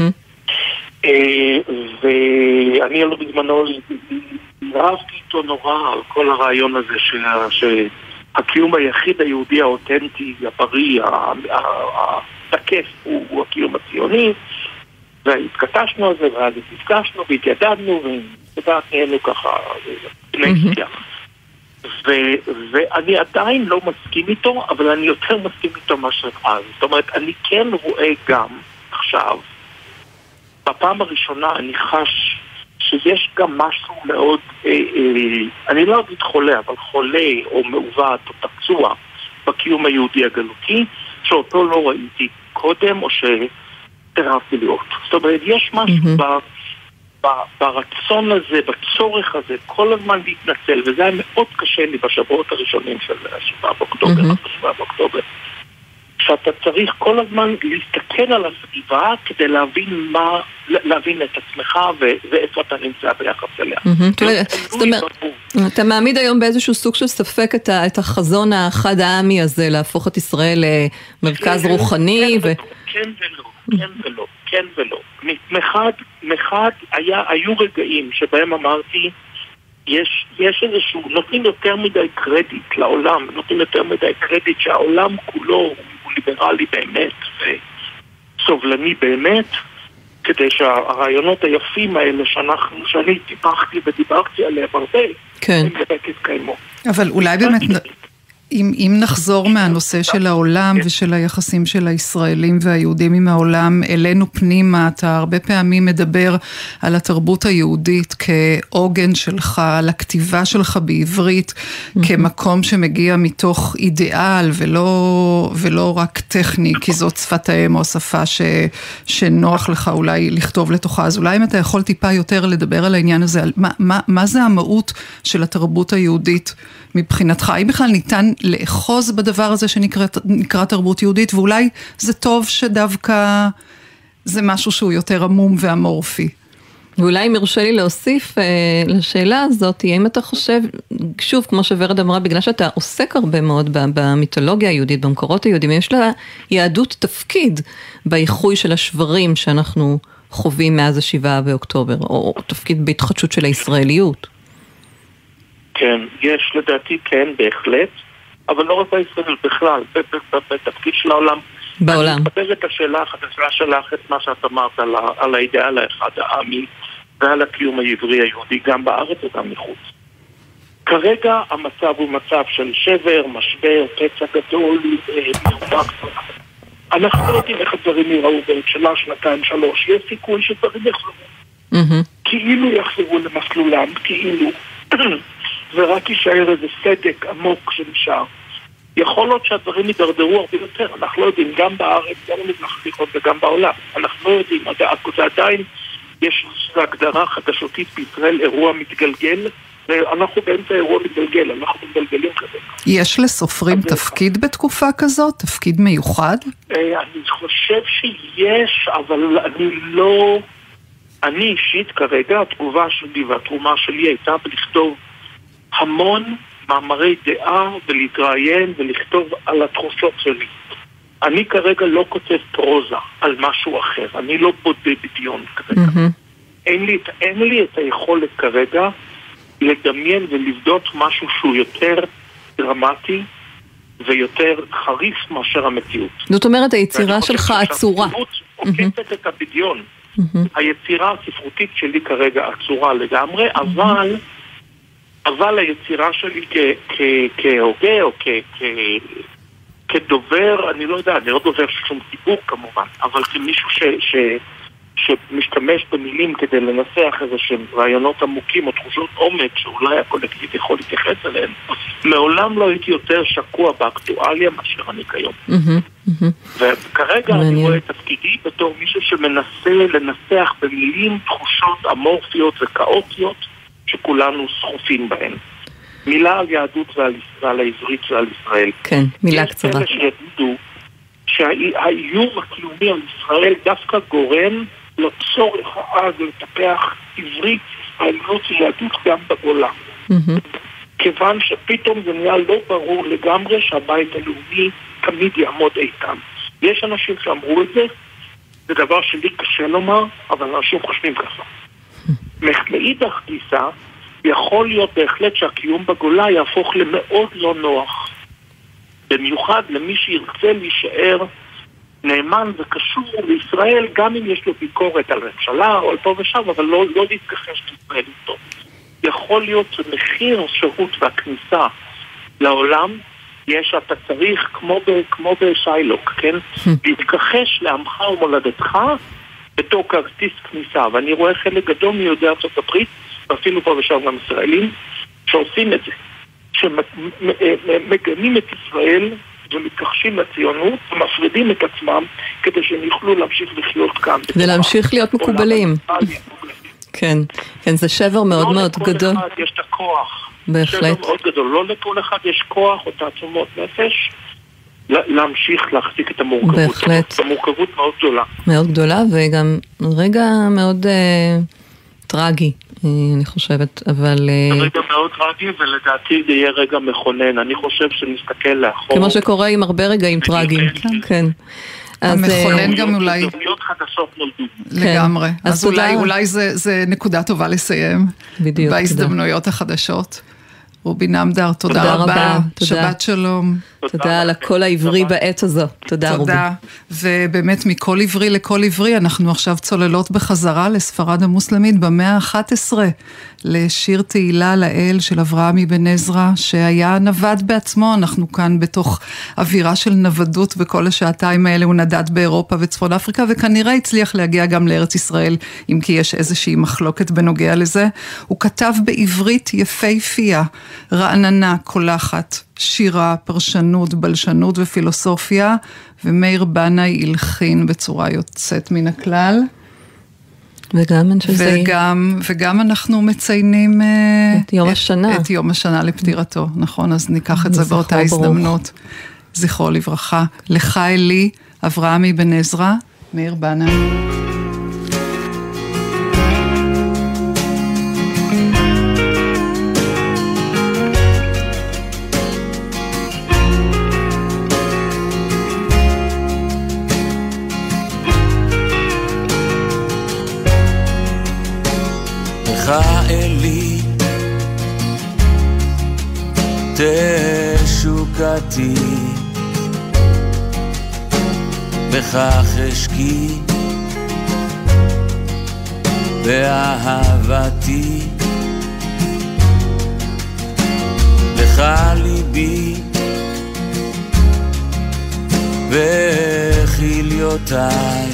ואני לא בזמנו רבתי איתו נורא על כל הרעיון הזה שהקיום היחיד היהודי האותנטי, הבריא, התקף הוא הקיום הציוני, והתכתשנו על זה, ואז התפגשנו והתיידדנו, נהיינו ככה בני שיח. ואני עדיין לא מסכים איתו, אבל אני יותר מסכים איתו מאשר אז. זאת אומרת, אני כן רואה גם עכשיו, בפעם הראשונה אני חש שיש גם משהו מאוד, אני לא אגיד חולה, אבל חולה או מעוות או פצוע בקיום היהודי הגלותי, שאותו לא ראיתי קודם או שתרבתי לראות. זאת אומרת, יש משהו ברצון הזה, בצורך הזה, כל הזמן להתנצל, וזה היה מאוד קשה לי בשבועות הראשונים של 7 באוקטובר, שאתה צריך כל הזמן להסתכל על הסביבה כדי להבין את עצמך ואיפה אתה נמצא ביחס אליה. זאת אומרת, אתה מעמיד היום באיזשהו סוג של ספק את החזון החד העמי הזה, להפוך את ישראל למרכז רוחני כן ולא. מחד היו רגעים שבהם אמרתי, יש איזשהו, נותנים יותר מדי קרדיט לעולם, נותנים יותר מדי קרדיט שהעולם כולו הוא ליברלי באמת וסובלני באמת, כדי שהרעיונות היפים האלה שאני טיפחתי ודיברתי עליהם הרבה, הם באמת יתקיימו. אבל אולי באמת אם נחזור מהנושא של העולם ושל היחסים של הישראלים והיהודים עם העולם אלינו פנימה, אתה הרבה פעמים מדבר על התרבות היהודית כעוגן שלך, על הכתיבה שלך בעברית, כמקום שמגיע מתוך אידיאל ולא רק טכני, כי זאת שפת האם או שפה שנוח לך אולי לכתוב לתוכה. אז אולי אם אתה יכול טיפה יותר לדבר על העניין הזה, על מה זה המהות של התרבות היהודית מבחינתך? האם בכלל ניתן לאחוז בדבר הזה שנקרא תרבות יהודית, ואולי זה טוב שדווקא זה משהו שהוא יותר עמום ואמורפי. ואולי אם ירשה לי להוסיף לשאלה הזאת, האם אתה חושב, שוב, כמו שוורד אמרה, בגלל שאתה עוסק הרבה מאוד במיתולוגיה היהודית, במקורות היהודים, יש לה יהדות תפקיד באיחוי של השברים שאנחנו חווים מאז 7 באוקטובר, או תפקיד בהתחדשות של הישראליות. כן, יש לדעתי כן, בהחלט, אבל לא רק בישראל, בכלל, בתפקיד של העולם. בעולם. אני מקבל את השאלה החדשה שלך, את מה שאת אמרת על האידאל האחד העמי, ועל הקיום העברי היהודי, גם בארץ וגם מחוץ. כרגע המצב הוא מצב של שבר, משבר, פצע גדול, מאובק. אנחנו לא יודעים איך הדברים יראו בעוד שנה, 2, 3, יש סיכוי שדברים יחזרו. כאילו יחזרו למסלולם, כאילו, ורק יישאר איזה סדק עמוק שנשאר. יכול להיות שהדברים יידרדרו הרבה יותר, אנחנו לא יודעים, גם בארץ, גם במזרח התיכון וגם בעולם. אנחנו לא יודעים, זה עדיין, יש הגדרה חדשותית בישראל, אירוע מתגלגל, ואנחנו באמצע אירוע מתגלגל, אנחנו מתגלגלים כזה. יש לסופרים תפקיד בתקופה כזאת? תפקיד מיוחד? אני חושב שיש, אבל אני אישית כרגע, התגובה שלי והתרומה שלי הייתה בלכתוב המון מאמרי דעה ולהתראיין ולכתוב על התחושות שלי. אני כרגע לא כותב פרוזה על משהו אחר, אני לא בודה בדיון כרגע. אין לי את היכולת כרגע לדמיין ולבדות משהו שהוא יותר דרמטי ויותר חריף מאשר המציאות. זאת אומרת, היצירה שלך עצורה. המציאות עוקפת את הבדיון. היצירה הספרותית שלי כרגע עצורה לגמרי, אבל היצירה שלי כהוגה או כדובר, אני לא יודע, אני לא דובר שום ציבור כמובן, אבל כמישהו שמשתמש במילים כדי לנסח איזה שהם רעיונות עמוקים או תחושות עומק שאולי הקולקטיב יכול להתייחס אליהם, מעולם לא הייתי יותר שקוע באקטואליה מאשר אני כיום. וכרגע אני רואה את תפקידי בתור מישהו שמנסה לנסח במילים תחושות אמורפיות וכאוטיות שכולנו סחופים בהן. מילה על יהדות ועל העברית ועל ישראל. כן, מילה קצרה. יש כאלה שיגידו שהאיום הקיומי על ישראל דווקא גורם לצורך העז לטפח עברית, ישראליות ויהדות גם בגולה. כיוון שפתאום זה נהיה לא ברור לגמרי שהבית הלאומי תמיד יעמוד איתן. יש אנשים שאמרו את זה, זה דבר שלי קשה לומר, אבל אנשים חושבים ככה. מאידך גיסא, יכול להיות בהחלט שהקיום בגולה יהפוך למאוד לא נוח. במיוחד למי שירצה להישאר נאמן וקשור לישראל, גם אם יש לו ביקורת על ממשלה או על פה ושם, אבל לא להתכחש לישראל איתו. יכול להיות שמחיר השירות והכניסה לעולם יש, אתה צריך, כמו בשיילוק, כן? להתכחש לעמך ומולדתך בתור כרטיס כניסה. ואני רואה חלק גדול מיהודי ארצות הברית, ואפילו פה ושם גם ישראלים, שעושים את זה. שמגנים את ישראל ומתכחשים לציונות ומפרידים את עצמם כדי שהם יוכלו להמשיך לחיות כאן. כדי להמשיך להיות מקובלים. כן, כן, זה שבר מאוד מאוד גדול. לא לכל אחד יש את הכוח. בהחלט. שבר מאוד גדול. לא לכל אחד יש כוח או תעצומות נפש להמשיך להחזיק את המורכבות. בהחלט. המורכבות מאוד גדולה. מאוד גדולה, וגם רגע מאוד טרגי, אני חושבת, אבל... זה רגע מאוד טרגי, ולדעתי זה יהיה רגע מכונן. אני חושב שנסתכל לאחור. כמו שקורה עם הרבה רגעים טרגיים. כן. המכונן גם אולי... הזדמנויות חדשות נולדו. לגמרי. אז אולי זה נקודה טובה לסיים. בדיוק. בהזדמנויות החדשות. רובי נמדר, תודה רבה. שבת שלום. תודה על הקול העברי בעת הזו. תודה רובי. תודה. ובאמת מכל עברי לכל עברי, אנחנו עכשיו צוללות בחזרה לספרד המוסלמית במאה ה-11, לשיר תהילה לאל של אברהם אבן עזרא, שהיה נווד בעצמו. אנחנו כאן בתוך אווירה של נוודות, וכל השעתיים האלה הוא נדד באירופה וצפון אפריקה, וכנראה הצליח להגיע גם לארץ ישראל, אם כי יש איזושהי מחלוקת בנוגע לזה. הוא כתב בעברית יפהפייה, רעננה, קולחת, שירה, פרשנות, בלשנות ופילוסופיה, ומאיר בנאי הלחין בצורה יוצאת מן הכלל. וגם אנחנו מציינים את יום השנה. את יום השנה לפטירתו, נכון? אז ניקח את זה באותה הזדמנות. זכרו לברכה. לך אלי, אברהם אבן עזרא, מאיר בנאי. אלי תשוקתי בכך אשקי באהבתי לך ליבי וחיליותיי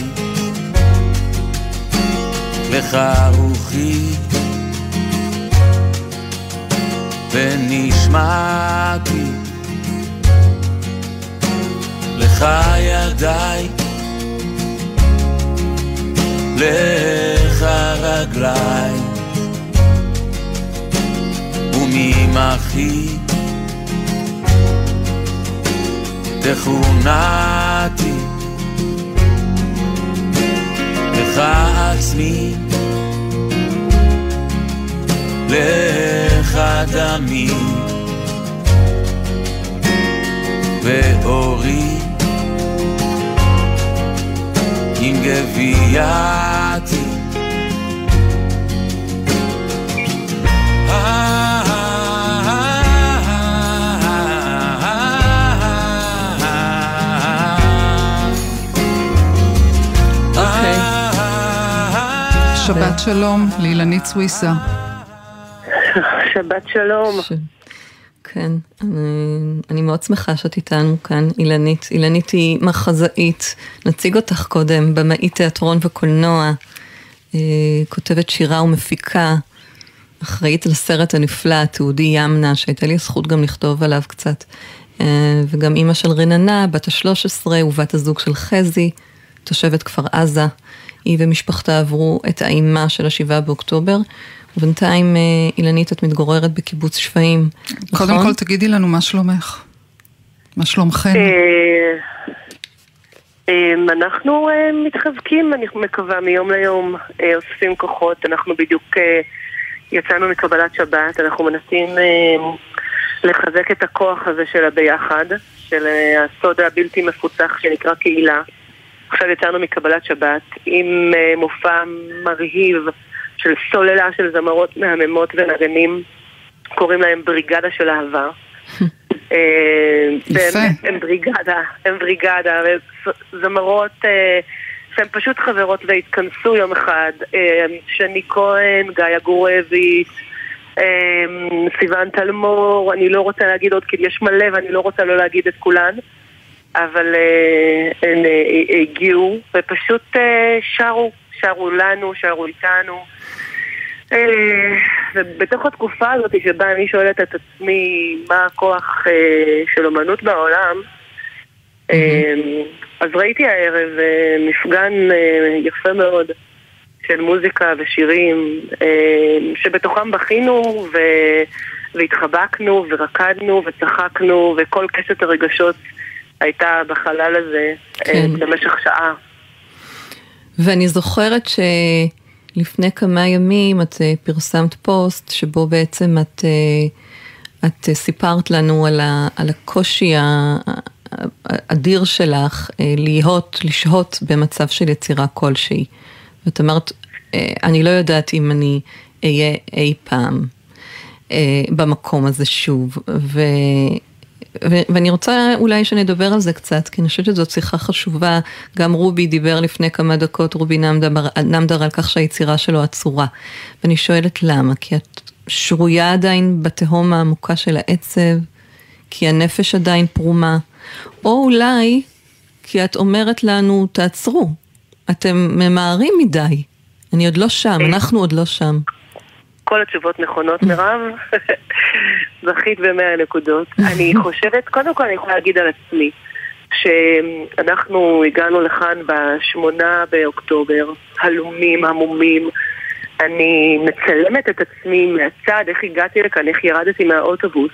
לך רוחי ונשמעתי לך ידיי לך רגליי וממחי תכונתי לך עצמי לך דמי ואורי עם גבייתי שבת שלום לאילנית סוויסה. שבת שלום. כן, אני מאוד שמחה שאת איתנו כאן, אילנית. אילנית היא מחזאית, נציג אותך קודם, במאית תיאטרון וקולנוע, כותבת שירה ומפיקה, אחראית לסרט הנפלא, תעודי ימנה, שהייתה לי הזכות גם לכתוב עליו קצת, וגם אימא של רננה, בת ה-13, ובת הזוג של חזי, תושבת כפר עזה. היא ומשפחתה עברו את האימה של 7 באוקטובר, ובינתיים אילנית, את מתגוררת בקיבוץ שפיים, נכון? קודם כל תגידי לנו מה שלומך. מה שלומכם? אנחנו מתחזקים, אני מקווה, מיום ליום, אוספים כוחות, אנחנו בדיוק יצאנו מקבלת שבת, אנחנו מנסים לחזק את הכוח הזה של הביחד, של הסוד הבלתי מפוצח שנקרא קהילה. עכשיו יצאנו מקבלת שבת עם מופע מרהיב של סוללה של זמרות מהממות ונגנים, קוראים להם בריגדה של אהבה. הם בריגדה, זמרות שהן פשוט חברות והתכנסו יום אחד, שני כהן, גיא גורביץ, סיוון תלמור, אני לא רוצה להגיד עוד כי יש מלא ואני לא רוצה לא להגיד את כולן, אבל הן הגיעו ופשוט שרו לנו, שרו איתנו. ובתוך התקופה הזאת שבה אני שואלת את עצמי מה הכוח של אומנות בעולם, אז ראיתי הערב מפגן יפה מאוד של מוזיקה ושירים שבתוכם בכינו והתחבקנו ורקדנו וצחקנו, וכל קשת הרגשות הייתה בחלל הזה במשך שעה. ואני זוכרת לפני כמה ימים את פרסמת פוסט שבו בעצם את סיפרת לנו על הקושי האדיר שלך לשהות במצב של יצירה כלשהי. ואת אמרת, אני לא יודעת אם אני אהיה אי פעם במקום הזה שוב. ואני רוצה אולי שנדבר על זה קצת, כי אני חושבת שזאת שיחה חשובה. גם רובי דיבר לפני כמה דקות, רובי נמדר, על כך שהיצירה שלו עצורה. ואני שואלת למה? כי את שרויה עדיין בתהום העמוקה של העצב, כי הנפש עדיין פרומה, או אולי כי את אומרת לנו, תעצרו, אתם ממהרים מדי. אני עוד לא שם, אנחנו עוד לא שם. כל התשובות נכונות, מירב. זכית ב100 נקודות. אני חושבת, קודם כל אני יכולה להגיד על עצמי, שאנחנו הגענו לכאן ב8 באוקטובר, הלומים, המומים. אני מצלמת את עצמי מהצד, איך הגעתי לכאן, איך ירדתי מהאוטובוס.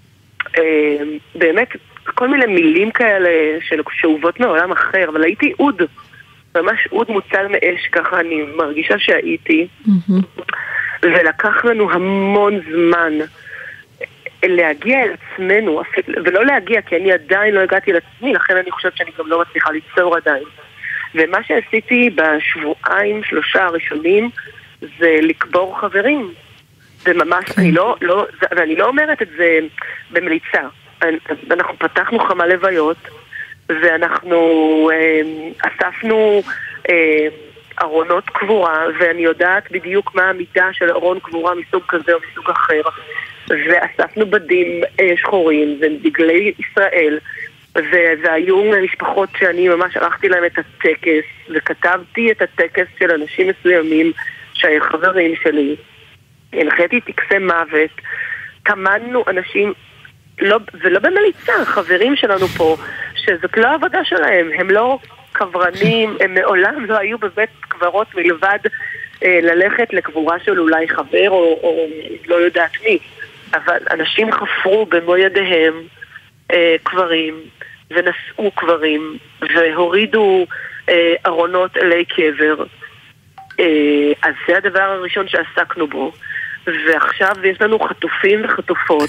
באמת, כל מיני מילים כאלה שאובות מעולם אחר, אבל הייתי אוד, ממש אוד מוצל מאש, ככה אני מרגישה שהייתי. ולקח לנו המון זמן להגיע אל עצמנו, ולא להגיע, כי אני עדיין לא הגעתי לעצמי, לכן אני חושבת שאני גם לא מצליחה ליצור עדיין. ומה שעשיתי בשבועיים, 3 הראשונים, זה לקבור חברים. וממש, אני לא אומרת את זה במליצה. אנחנו פתחנו חמה לוויות, ואנחנו אספנו ארונות קבורה, ואני יודעת בדיוק מה המידה של ארון קבורה מסוג כזה או מסוג אחר. ואספנו בדים שחורים ודגלי ישראל, והיו משפחות שאני ממש ערכתי להם את הטקס, וכתבתי את הטקס של אנשים מסוימים שהיו חברים שלי. הנחיתי טקסי מוות, תמנו אנשים, ולא במליצה, חברים שלנו פה, שזאת לא העבודה שלהם, הם לא קברנים, הם מעולם לא היו בבית קברות מלבד ללכת לקבורה של אולי חבר או לא יודעת מי, אבל אנשים חפרו במו ידיהם קברים ונשאו קברים והורידו ארונות אלי קבר. אז זה הדבר הראשון שעסקנו בו, ועכשיו יש לנו חטופים וחטופות.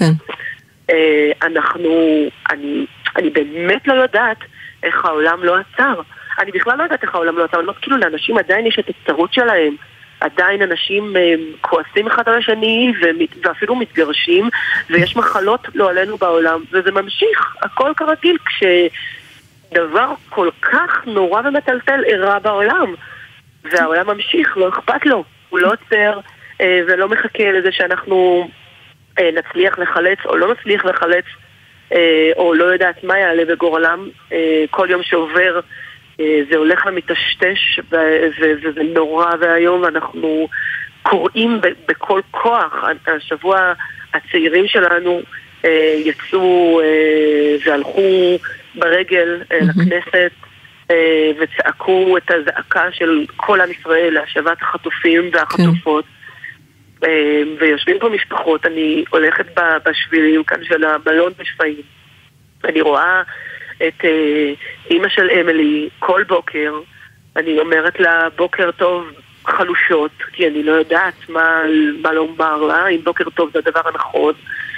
אני באמת לא יודעת איך העולם לא עצר. אני בכלל לא יודעת איך העולם לא עצר. אני אומרת, כאילו לאנשים עדיין יש את הצרות שלהם, עדיין אנשים כועסים אחד על השני ואפילו מתגרשים, ויש מחלות לא עלינו בעולם, וזה ממשיך, הכל כרגיל, כשדבר כל כך נורא ומטלטל אירע בעולם, והעולם ממשיך, לא אכפת לו, הוא לא עוצר ולא מחכה לזה שאנחנו נצליח לחלץ או לא נצליח לחלץ, או לא יודעת מה יעלה בגורלם. כל יום שעובר זה הולך ומטשטש, וזה נורא והיום, ואנחנו קוראים בכל כוח. השבוע הצעירים שלנו יצאו והלכו ברגל לכנסת, וצעקו את הזעקה של כל עם ישראל להשבת החטופים והחטופות. ויושבים פה משפחות, אני הולכת בשבילים כאן של המלון בשפיים, אני רואה את אמא של אמילי כל בוקר, אני אומרת לה בוקר טוב חלושות, כי אני לא יודעת מה לומר לה, אם בוקר טוב זה הדבר הנכון.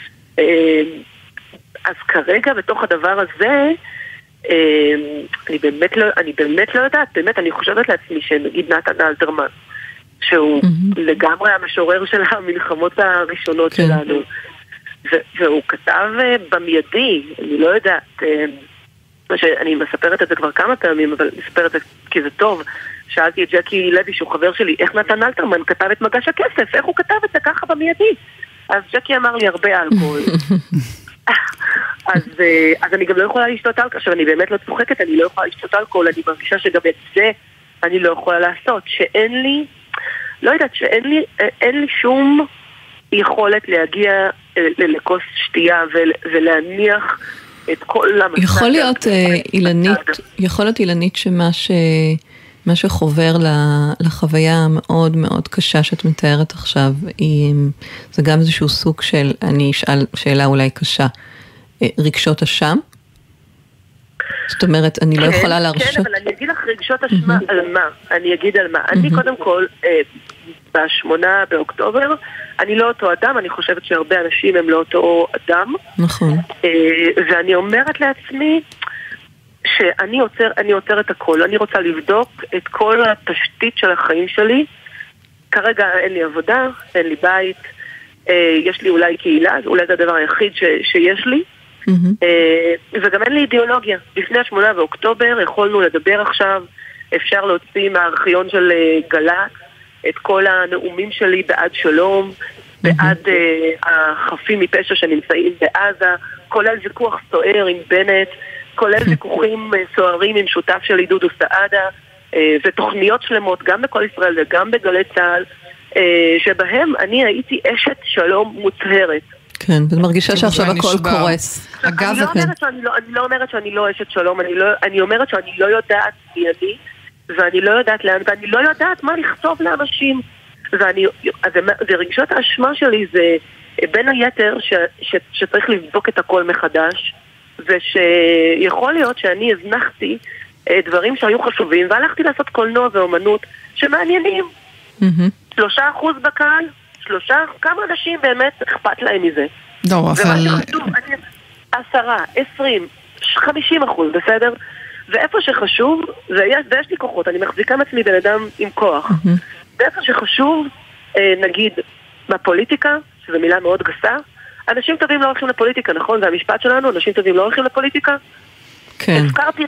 אז כרגע בתוך הדבר הזה אני באמת לא יודעת, באמת אני חושבת לעצמי שנגיד נתן אלתרמן, שהוא לגמרי המשורר של המלחמות הראשונות שלנו, והוא כתב במיידי, אני לא יודעת, אני מספרת את זה כבר כמה פעמים, אבל מספרת את זה כי זה טוב. שאלתי את ג'קי לוי, שהוא חבר שלי, איך נתן אלתרמן כתב את מגש הכסף, איך הוא כתב את זה ככה במיידי? אז ג'קי אמר לי הרבה אלכוהול. אז אני גם לא יכולה לשתות אלכוהול. עכשיו אני באמת לא צוחקת, אני לא יכולה לשתות אלכוהול, אני מרגישה שגם את זה אני לא יכולה לעשות, שאין לי, לא יודעת, שאין לי שום יכולת להגיע לכוס שתייה ולהניח את כל המצב. יכול להיות אילנית שמה שחובר לחוויה המאוד מאוד קשה שאת מתארת עכשיו, זה גם איזשהו סוג של, אני אשאל שאלה אולי קשה, רגשות אשם? זאת אומרת, אני לא יכולה להרשות. כן, אבל אני אגיד לך רגשות אשמה על מה. אני אגיד על מה. אני קודם כל, ב8 באוקטובר, אני לא אותו אדם, אני חושבת שהרבה אנשים הם לא אותו אדם. נכון. ואני אומרת לעצמי שאני עוצר את הכל. אני רוצה לבדוק את כל התשתית של החיים שלי. כרגע אין לי עבודה, אין לי בית, יש לי אולי קהילה, אולי זה הדבר היחיד שיש לי. וגם אין לי אידיאולוגיה. לפני 8 באוקטובר יכולנו לדבר עכשיו, אפשר להוציא מהארכיון של גל"צ את כל הנאומים שלי בעד שלום, בעד החפים מפשע שנמצאים בעזה, כולל ויכוח סוער עם בנט, כולל ויכוחים סוערים עם שותף של דודו סעדה, ותוכניות שלמות גם בכל ישראל וגם בגלי צה"ל, שבהם אני הייתי אשת שלום מוצהרת. כן, ואת מרגישה שעכשיו הכל קורס. אני לא אומרת שאני לא אשת שלום, אני אומרת שאני לא יודעת מי אני, ואני לא יודעת לאן, ואני לא יודעת מה לכתוב לאנשים. ורגשות האשמה שלי זה בין היתר שצריך לבדוק את הכל מחדש, ושיכול להיות שאני הזנחתי דברים שהיו חשובים, והלכתי לעשות קולנוע ואומנות שמעניינים. 3% בקהל, כמה אנשים באמת אכפת להם מזה? לא, אבל... 10, 20, 50%, בסדר? ואיפה שחשוב, ויש לי כוחות, אני מחזיקה מעצמי בן אדם עם כוח. ואיפה שחשוב, נגיד, בפוליטיקה, שזו מילה מאוד גסה, אנשים טובים לא הולכים לפוליטיקה, נכון? זה המשפט שלנו, אנשים טובים לא הולכים לפוליטיקה? כן.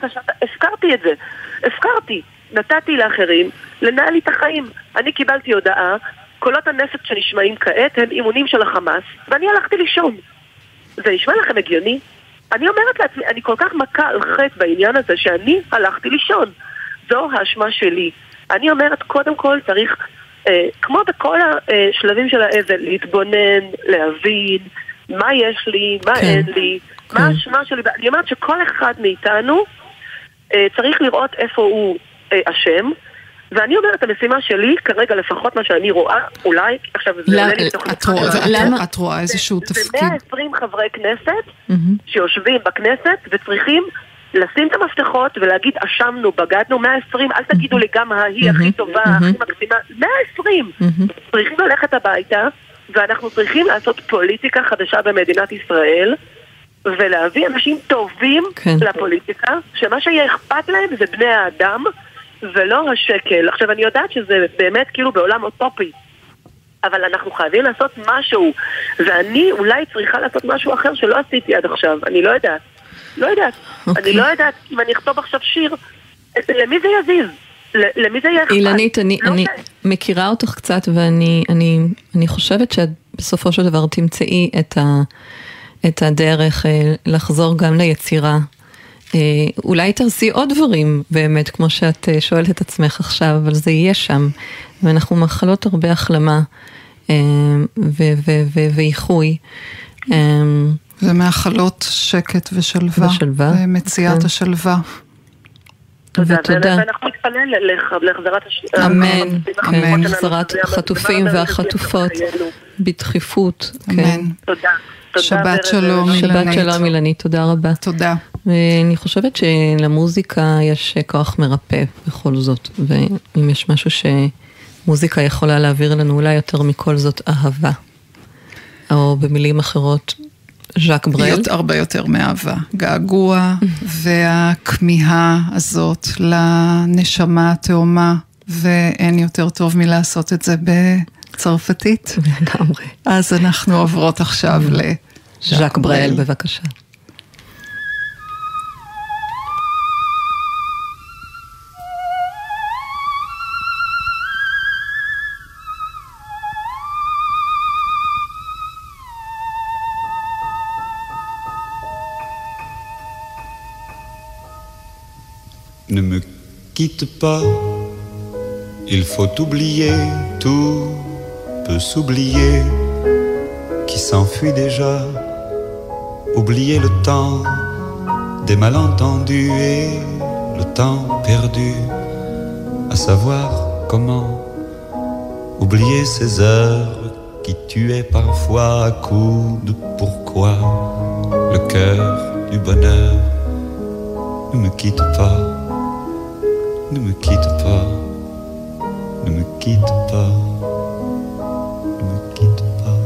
הפקרתי, נתתי לאחרים לנהל לי את החיים. אני קיבלתי הודעה, קולות הנפץ שנשמעים כעת הם אימונים של החמאס, ואני הלכתי לישון. זה נשמע לכם הגיוני? אני אומרת לעצמי, אני כל כך מכה על חטא בעניין הזה שאני הלכתי לישון. זו האשמה שלי. אני אומרת, קודם כל צריך, כמו בכל השלבים של האבל, להתבונן, להבין מה יש לי, מה אין לי, מה האשמה שלי. אני אומרת שכל אחד מאיתנו צריך לראות איפה הוא אשם, ואני אומרת, המשימה שלי, כרגע לפחות מה שאני רואה, אולי, עכשיו זה עולה לי תוך למה? את רואה איזשהו תפקיד? זה 120 חברי כנסת שיושבים בכנסת וצריכים לשים את המפתחות ולהגיד, אשמנו, בגדנו, 120, אל תגידו לי גם ההיא הכי טובה, הכי מקסימה, 120 צריכים ללכת הביתה, ואנחנו צריכים לעשות פוליטיקה חדשה במדינת ישראל, ולהביא אנשים טובים לפוליטיקה, שמה שיהיה אכפת להם זה בני האדם, ולא השקל. עכשיו אני יודעת שזה באמת כאילו בעולם אוטופי, אבל אנחנו חייבים לעשות משהו, ואני אולי צריכה לעשות משהו אחר שלא עשיתי עד עכשיו. אני לא יודעת. אני לא יודעת אם אני אכתוב עכשיו שיר, למי זה יזיז? למי זה יהיה אכפת? אילנית, אני מכירה אותך קצת, ואני חושבת שבסופו של דבר תמצאי את הדרך לחזור גם ליצירה, אולי תרסי עוד דברים, באמת, כמו שאת שואלת את עצמך עכשיו, אבל זה יהיה שם, ואנחנו מאחלות הרבה החלמה, ואיחוי. ומאחלות שקט ושלווה, ומציאת השלווה. ותודה. ואנחנו נתפלל להחזרת אמן, כן, החזרת החטופים והחטופות בדחיפות. אמן. תודה. שבת שלום אילנית. שבת שלום אילנית, תודה רבה. תודה. ואני חושבת שלמוזיקה יש כוח מרפא בכל זאת, ואם יש משהו שמוזיקה יכולה להעביר לנו אולי יותר מכל זאת אהבה, או במילים אחרות ז'אק ברל. הרבה יותר מאהבה. געגוע והכמיהה הזאת לנשמה התאומה, ואין יותר טוב מלעשות את זה בצרפתית. לגמרי. אז אנחנו עוברות עכשיו ז'אק ברל, בבקשה. Ne me quitte pas, il faut oublier, tout peut s'oublier, qui s'enfuit déjà, oublier le temps des malentendus et le temps perdu, à savoir comment oublier ces heures qui tuaient parfois à coups de pourquoi, le cœur du bonheur. Ne me quitte pas. Ne me quitte pas, ne me quitte pas, ne me quitte pas.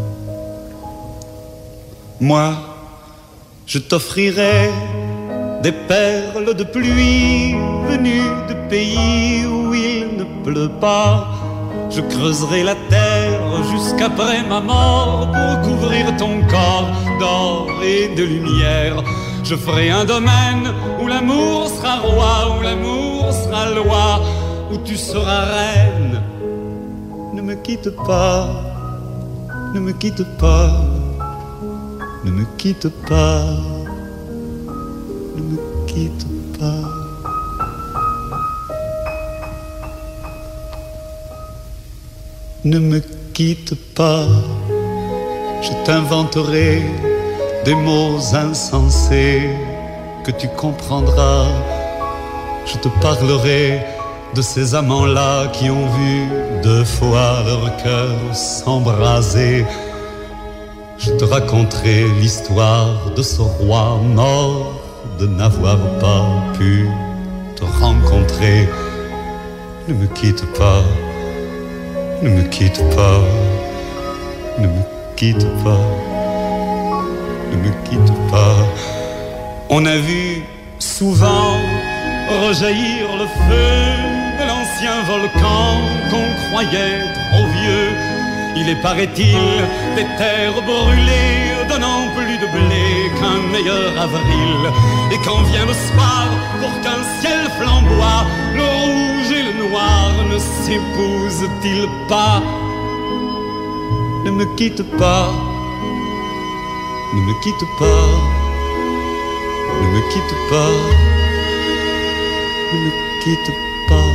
Moi, je t'offrirai des perles de pluie venues de pays où il ne pleut pas. Je creuserai la terre jusqu'après ma mort pour couvrir ton corps d'or et de lumière. Je ferai un domaine où l'amour sera roi, où l'amour sera loi, où tu seras reine. Ne me quitte pas, ne me quitte pas, ne me quitte pas, ne me quitte pas. Ne me quitte pas, je t'inventerai des mots insensés que tu comprendras. Je te parlerai de ces amants-là qui ont vu 2 fois leur cœur s'embraser. Je te raconterai l'histoire de ce roi mort de n'avoir pas pu te rencontrer. Ne me quitte pas, ne me quitte pas, ne me quitte pas. Ne me quitte pas. On a vu souvent rejaillir le feu de l'ancien volcan qu'on croyait trop vieux. Il est, paraît-il, des terres brûlées donnant plus de blé qu'un meilleur avril. Et quand vient le soir, pour qu'un ciel flamboie, le rouge et le noir ne s'épousent-ils pas? Ne me quitte pas. Ne me quitte pas, ne me quitte pas, ne me quitte pas.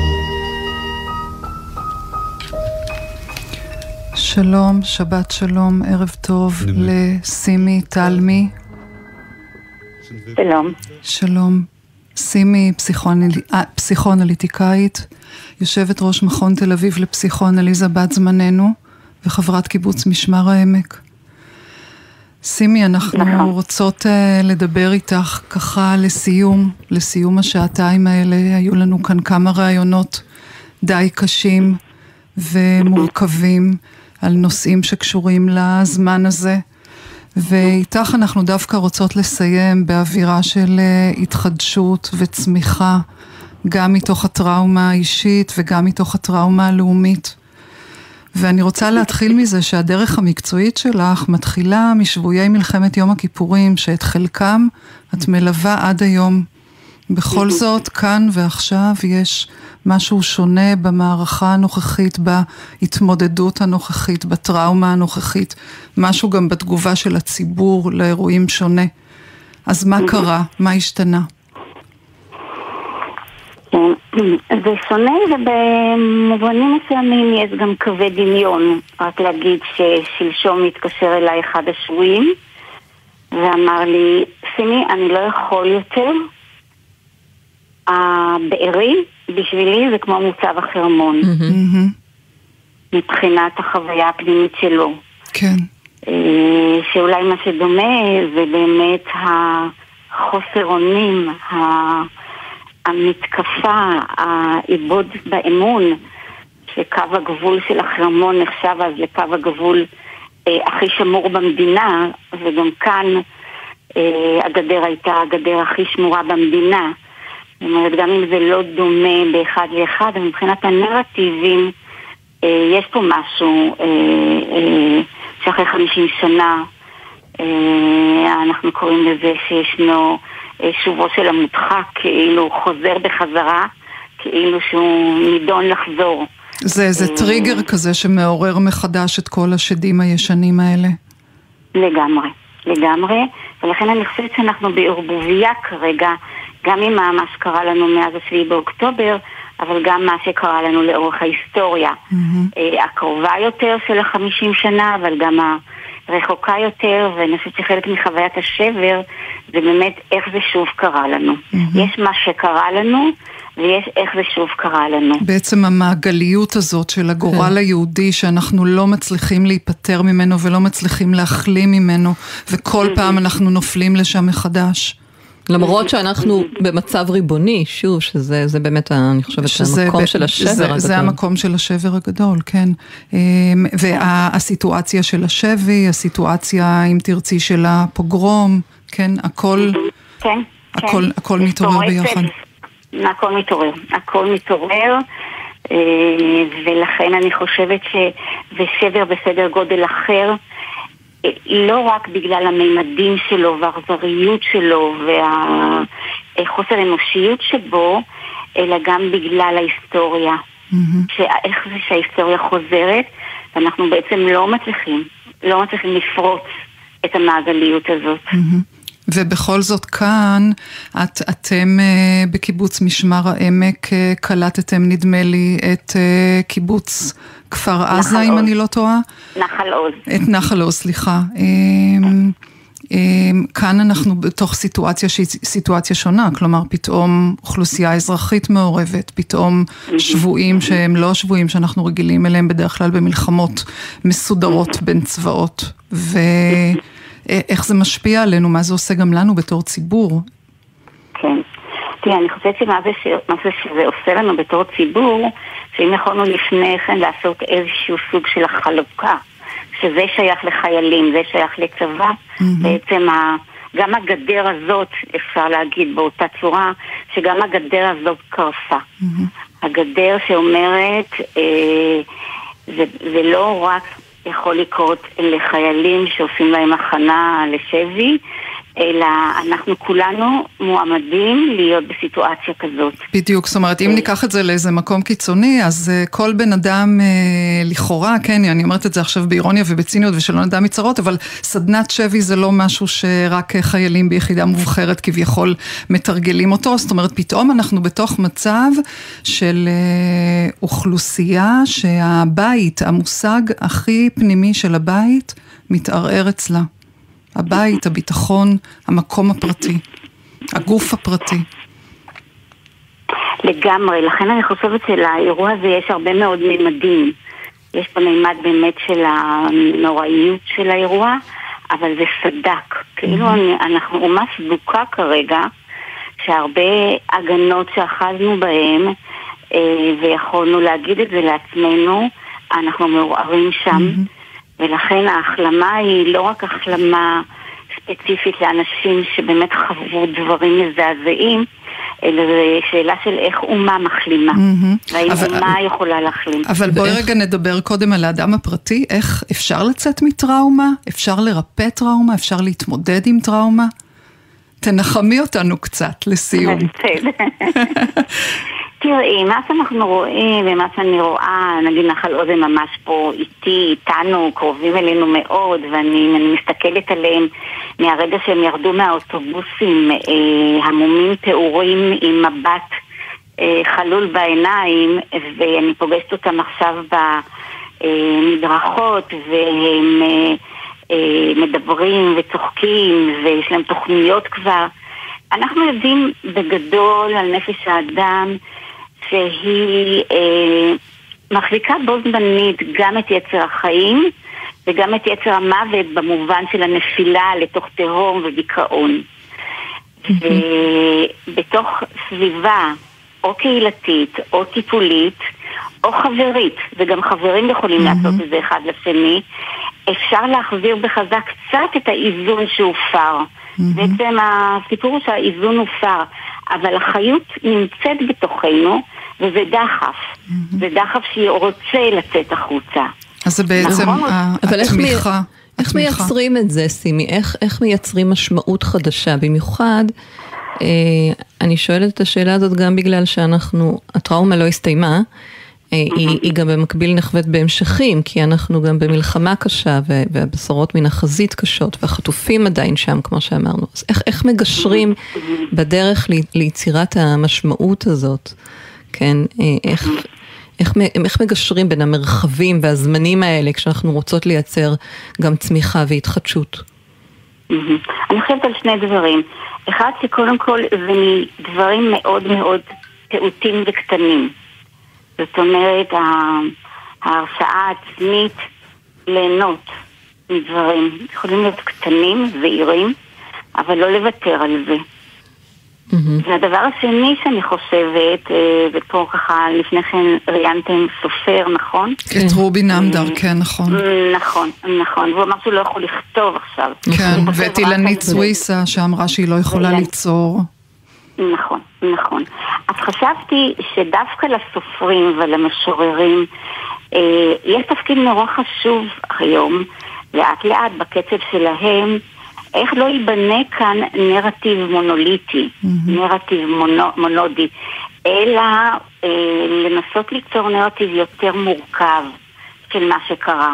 שלום, שבת שלום, ערב טוב לסימי תלמי. שלום. שלום. סימי פסיכואנליטיקאית, יושבת ראש מכון תל אביב לפסיכואנליזה בת זמננו, וחברת קיבוץ משמר העמק. סימי, אנחנו רוצות לדבר איתך ככה לסיום השעתיים האלה. היו לנו כאן כמה רעיונות די קשים ומורכבים על נושאים שקשורים לזמן הזה, ואיתך אנחנו דווקא רוצות לסיים באווירה של התחדשות וצמיחה, גם מתוך הטראומה האישית וגם מתוך הטראומה הלאומית. ואני רוצה להתחיל מזה שהדרך המקצועית שלך מתחילה משבויי מלחמת יום הכיפורים, שאת חלקם את מלווה עד היום. בכל זאת, כאן ועכשיו יש משהו שונה במערכה הנוכחית, בהתמודדות הנוכחית, בטראומה הנוכחית, משהו גם בתגובה של הציבור לאירועים שונה. אז מה קרה? מה השתנה? זה שונה, ובמובנים מסוימים יש גם קווי דמיון. רק להגיד ששלשום התקשר אליי אחד השבויים ואמר לי, סימי, אני לא יכול יותר, הבארי בשבילי זה כמו מוצב החרמון מבחינת החוויה הפנימית שלו. כן. שאולי מה שדומה זה באמת החוסר אונים, המתקפה, העיבוד באמון, שקו הגבול של החרמון נחשב אז לקו הגבול הכי שמור במדינה, וגם כאן הגדר הייתה הגדר הכי שמורה במדינה. זאת אומרת, גם אם זה לא דומה באחד לאחד, אבל מבחינת הנרטיבים יש פה משהו שאחרי 50 שנה אנחנו קוראים לזה שישנו שובו של המודחק, כאילו הוא חוזר בחזרה, כאילו שהוא נידון לחזור. זה טריגר כזה שמעורר מחדש את כל השדים הישנים האלה. לגמרי, לגמרי. ולכן אני חושבת שאנחנו בערבוביה כרגע, גם עם מה שקרה לנו מאז 7 באוקטובר, אבל גם מה שקרה לנו לאורך ההיסטוריה. הקרובה יותר של 50 שנה, אבל גם הרחוקה יותר, ואני חושבת שחלק מחוויית השבר, זה באמת איך זה שוב קרה לנו. יש מה שקרה לנו, ויש איך זה שוב קרה לנו. בעצם המעגליות הזאת של הגורל היהודי, שאנחנו לא מצליחים להיפטר ממנו, ולא מצליחים להחלים ממנו, וכל פעם אנחנו נופלים לשם מחדש. למרות שאנחנו במצב ריבוני, שוב, שזה באמת, אני חושבת, המקום של השבר הגדול. זה המקום של השבר הגדול, כן. והסיטואציה של השבי, הסיטואציה, אם תרצי, של הפוגרום, כן, הכל מתעורר ביחד. הכל מתעורר, ולכן אני חושבת שזה שבר בסדר גודל אחר, לא רק בגלל הממדים שלו והאכזריות שלו והחוסר אנושיות שבו, אלא גם בגלל ההיסטוריה. איך זה שההיסטוריה חוזרת, ואנחנו בעצם לא מצליחים לפרוץ את המעגליות הזאת. ובכל זאת כאן, אתם בקיבוץ משמר העמק קלטתם, נדמה לי, את קיבוץ כפר עזה, אם אני לא טועה? נחל עוז. את נחל עוז, סליחה. כאן אנחנו בתוך סיטואציה שהיא סיטואציה שונה, כלומר פתאום אוכלוסייה אזרחית מעורבת, פתאום שבויים שהם לא שבויים שאנחנו רגילים אליהם בדרך כלל במלחמות מסודרות בין צבאות, ואיך זה משפיע עלינו, מה זה עושה גם לנו בתור ציבור? כן, תראה, אני חושבת שמה שזה עושה לנו בתור ציבור, שאם יכולנו לפני כן לעשות איזשהו סוג של החלוקה, שזה שייך לחיילים, זה שייך לצבא, בעצם גם הגדר הזאת, אפשר להגיד באותה צורה, שגם הגדר הזאת קרסה. הגדר שאומרת, זה לא רק יכול לקרות לחיילים שעושים להם הכנה לשבי, אלא אנחנו כולנו מועמדים להיות בסיטואציה כזאת. בדיוק, זאת אומרת, אם ניקח את זה לאיזה מקום קיצוני, אז כל בן אדם לכאורה, כן, אני אומרת את זה עכשיו באירוניה ובציניות ושלא נדע מצרות, אבל סדנת שבי זה לא משהו שרק חיילים ביחידה מובחרת כביכול מתרגלים אותו, זאת אומרת, פתאום אנחנו בתוך מצב של אוכלוסייה שהבית, המושג הכי פנימי של הבית, מתערער אצלה. הבית, הביטחון, המקום הפרטי, הגוף הפרטי. לגמרי, לכן אני חושבת שלאירוע הזה יש הרבה מאוד ממדים. יש פה מימד באמת של הנוראיות של האירוע, אבל זה סדק. כאילו אנחנו ממש סדוקה כרגע, שהרבה הגנות שאחזנו בהם, ויכולנו להגיד את זה לעצמנו, אנחנו מעוררים שם. ולכן ההחלמה היא לא רק החלמה ספציפית לאנשים שבאמת חוו דברים מזעזעים, אלא זו שאלה של איך אומה מחלימה, והאם אומה יכולה להחלים. אבל בואי רגע נדבר קודם על האדם הפרטי, איך אפשר לצאת מטראומה? אפשר לרפא טראומה? אפשר להתמודד עם טראומה? תנחמי אותנו קצת לסיום. תראי, מה שאנחנו רואים ומה שאני רואה, נגיד נחל עוז הם ממש פה איתי, איתנו, קרובים אלינו מאוד, ואני מסתכלת עליהם מהרגע שהם ירדו מהאוטובוסים, המומים תיאורים עם מבט חלול בעיניים, ואני פוגשת אותם עכשיו במדרכות, והם מדברים וצוחקים, ויש להם תוכניות כבר. אנחנו יודעים בגדול על נפש האדם שהיא מחזיקה בו זמנית גם את יצר החיים וגם את יצר המוות במובן של הנפילה לתוך תהום ודיכאון. ובתוך סביבה או קהילתית או טיפולית או חברית, וגם חברים יכולים לעשות את זה אחד לשני, אפשר להחזיר בחזק קצת את האיזון שהופר. בעצם הסיפור הוא שהאיזון הופר, אבל החיות נמצאת בתוכנו, וזה דחף. זה דחף שהיא רוצה לצאת החוצה. אז זה בעצם התמיכה. איך מייצרים את זה, סימי? איך מייצרים משמעות חדשה? במיוחד, אני שואלת את השאלה הזאת גם בגלל הטראומה לא הסתיימה, היא גם במקביל נחוות בהמשכים, כי אנחנו גם במלחמה קשה, והבשורות מן החזית קשות, והחטופים עדיין שם, כמו שאמרנו. אז איך מגשרים בדרך ליצירת המשמעות הזאת? כן, איך מגשרים בין המרחבים והזמנים האלה, כשאנחנו רוצות לייצר גם צמיחה והתחדשות? אני חושבת על שני דברים. אחד, שקודם כל זה מדברים מאוד מאוד פעוטים וקטנים. זאת אומרת, ההרשאה העצמית ליהנות מדברים. יכולים להיות קטנים ועירים, אבל לא לוותר על זה. והדבר השני שאני חושבת, ופה ככה לפני כן ראיינתם סופר, נכון? את רובי נמדר, כן, נכון. נכון, והוא אמר שהוא לא יכול לכתוב עכשיו. כן, ואת אילנית סוויסה שאמרה שהיא לא יכולה ליצור. נכון. אז חשבתי שדווקא לסופרים ולמשוררים יש תפקיד נורא חשוב היום, לאט לאט בקצב שלהם, איך לא ייבנה כאן נרטיב מונוליטי, נרטיב מונודי, אלא לנסות ליצור נרטיב יותר מורכב של מה שקרה.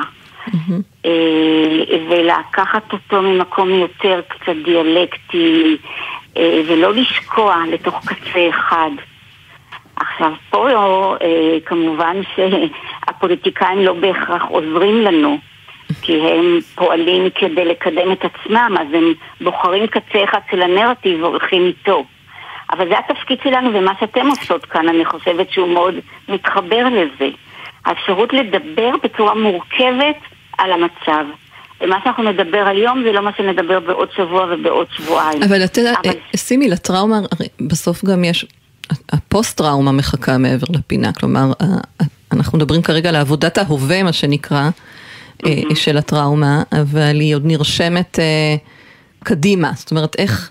ולקחת אותו ממקום יותר קצת דיאלקטי, ולא לשקוע לתוך קצה אחד. עכשיו פה כמובן שהפוליטיקאים לא בהכרח עוזרים לנו, כי הם פועלים כדי לקדם את עצמם, אז הם בוחרים קצה אחד של הנרטיב והולכים איתו. אבל זה התפקיד שלנו, ומה שאתם עושות כאן, אני חושבת שהוא מאוד מתחבר לזה. האפשרות לדבר בצורה מורכבת על המצב. ומה שאנחנו נדבר היום זה לא מה שנדבר בעוד שבוע ובעוד שבועיים. אבל שימי, לטראומה, בסוף גם יש, הפוסט-טראומה מחכה מעבר לפינה, כלומר, אנחנו מדברים כרגע על עבודת ההווה, מה שנקרא, של הטראומה, אבל היא עוד נרשמת קדימה, זאת אומרת, איך...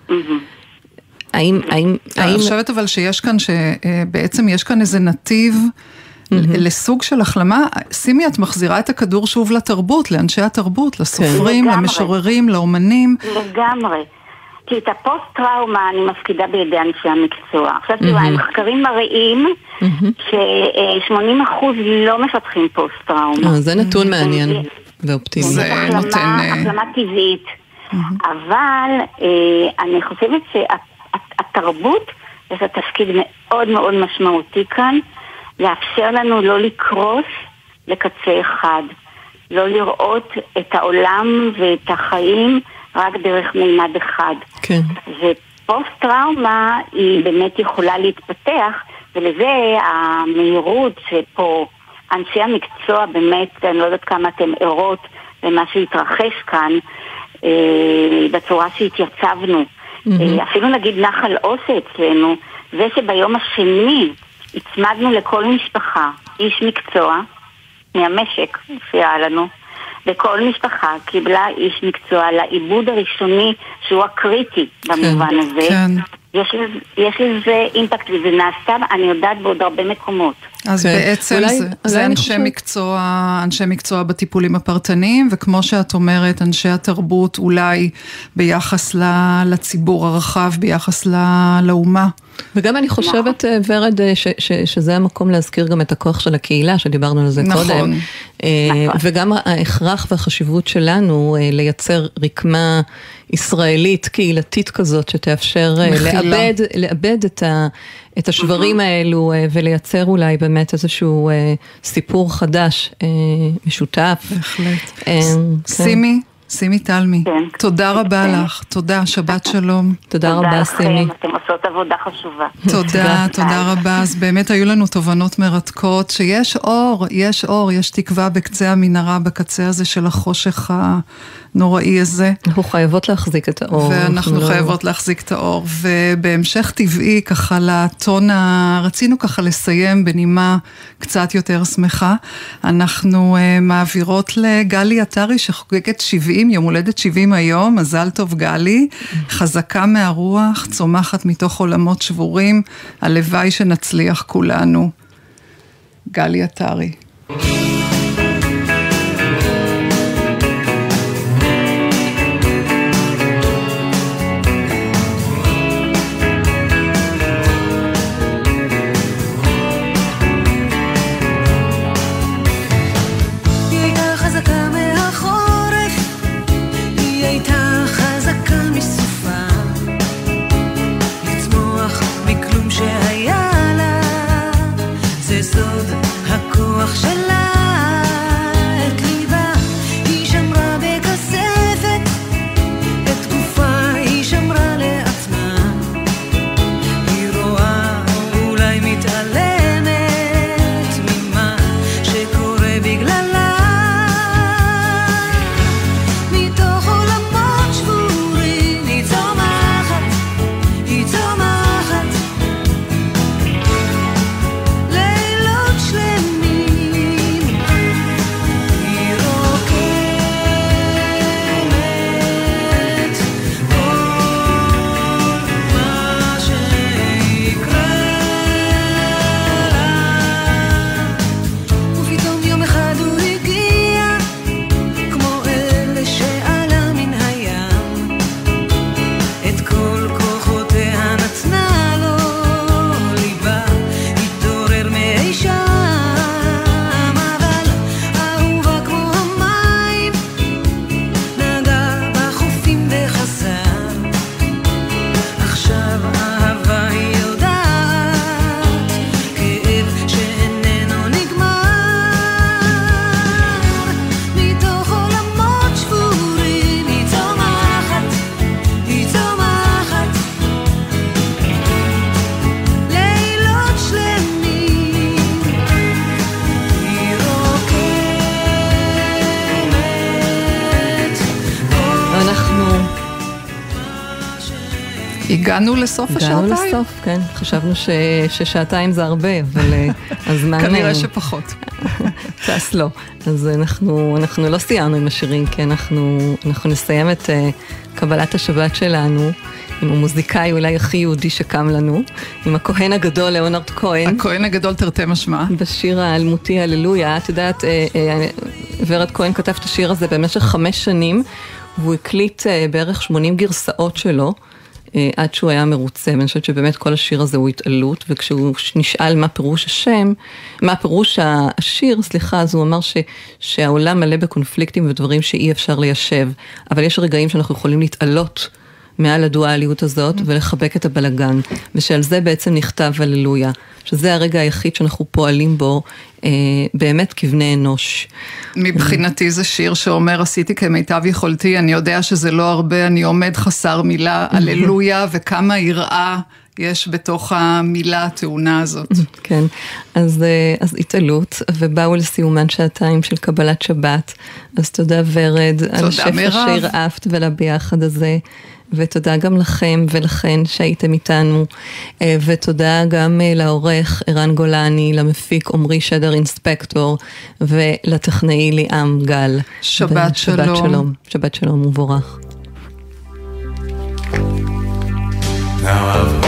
אני חושבת אבל שיש כאן, שבעצם יש כאן איזה נתיב לסוג של החלמה. שימי, את מחזירה את הכדור שוב לתרבות, לאנשי התרבות, לסופרים, למשוררים, לאומנים. לגמרי. כי את הפוסט-טראומה אני מפקידה בידי אנשי המקצוע. עכשיו תראו, המחקרים מראים ש80% לא מפתחים פוסט-טראומה. זה נתון מעניין ואופטימי. זה נותן... החלמה טבעית. אבל אני חושבת שהתרבות יש לה תפקיד מאוד מאוד משמעותי כאן, לאפשר לנו לא לקרוס לקצה אחד, לא לראות את העולם ואת החיים רק דרך מימד אחד. כן. ופוסט-טראומה היא באמת יכולה להתפתח, ולזה המהירות שפה אנשי המקצוע באמת, אני לא יודעת כמה אתם ערות למה שהתרחש כאן, בצורה שהתייצבנו. אפילו נגיד נחל אוסה אצלנו, זה שביום השני הצמדנו לכל משפחה איש מקצוע מהמשק שהיה לנו, וכל משפחה קיבלה איש מקצוע לעיבוד הראשוני שהוא הקריטי במובן הזה. כן. יש לזה אימפקט, וזה נעשה, אני יודעת, בעוד הרבה מקומות. אז בעצם זה אנשי מקצוע בטיפולים הפרטניים, וכמו שאת אומרת, אנשי התרבות אולי ביחס לציבור הרחב, ביחס לאומה. וגם אני חושבת, ורד, שזה המקום להזכיר גם את הכוח של הקהילה, שדיברנו על זה קודם. וגם ההכרח והחשיבות שלנו לייצר רקמה ישראלית, קהילתית כזאת, שתאפשר לאבד את השברים האלו, ולייצר אולי באמת איזשהו סיפור חדש, משותף. בהחלט. שימי תלמי, תודה רבה לך, תודה, שבת שלום. תודה רבה, שימי. אתם עושות עבודה חשובה. תודה רבה. אז באמת היו לנו תובנות מרתקות, שיש אור, יש תקווה בקצה המנהרה, בקצה הזה של החושך הנוראי הזה. אנחנו חייבות להחזיק את האור. ואנחנו חייבות להחזיק את האור. ובהמשך טבעי, ככה לטון, רצינו ככה לסיים בנימה קצת יותר שמחה. אנחנו מעבירות לגלי עטרי, שחוגגת 70, יום הולדת 70 היום, מזל טוב גלי, חזקה מהרוח, צומחת מתוך עולמות שבורים, הלוואי שנצליח כולנו. גלי עטרי. הגענו לסוף השעתיים? הגענו לסוף, כן. חשבנו ששעתיים זה הרבה, אבל הזמן... כנראה שפחות. טס לא. אז אנחנו לא סיימנו עם השירים, כי אנחנו נסיים את קבלת השבת שלנו, עם המוזיקאי אולי הכי יהודי שקם לנו, עם הכהן הגדול ליאונרד כהן. הכהן הגדול תרתי משמע. בשיר האלמותי הללויה. את יודעת, ורד כהן כתב את השיר הזה במשך 5 שנים, והוא הקליט בערך 80 גרסאות שלו, עד שהוא היה מרוצה, ואני חושבת שבאמת כל השיר הזה הוא התעלות, וכשהוא נשאל מה פירוש השם, מה פירוש השיר, סליחה, אז הוא אמר שהעולם מלא בקונפליקטים ודברים שאי אפשר ליישב, אבל יש רגעים שאנחנו יכולים להתעלות מעל הדואליות הזאת, ולחבק את הבלגן, ושעל זה בעצם נכתב הללויה, שזה הרגע היחיד שאנחנו פועלים בו, באמת כבני אנוש. מבחינתי זה שיר שאומר, עשיתי כמיטב יכולתי, אני יודע שזה לא הרבה, אני עומד חסר מילה, הללויה, וכמה יראה יש בתוך המילה התאונה הזאת. כן, אז התעלות, ובאו לסיומן שעתיים של קבלת שבת, אז תודה ורד, על השפע שהרעפת ולביחד הזה, ותודה גם לכם ולכן שהייתם איתנו, ותודה גם לעורך ערן גולני, למפיק עומרי שדר אינספקטור, ולטכנאי ליאם גל. שבת שלום. שבת שלום ובורך. Now I've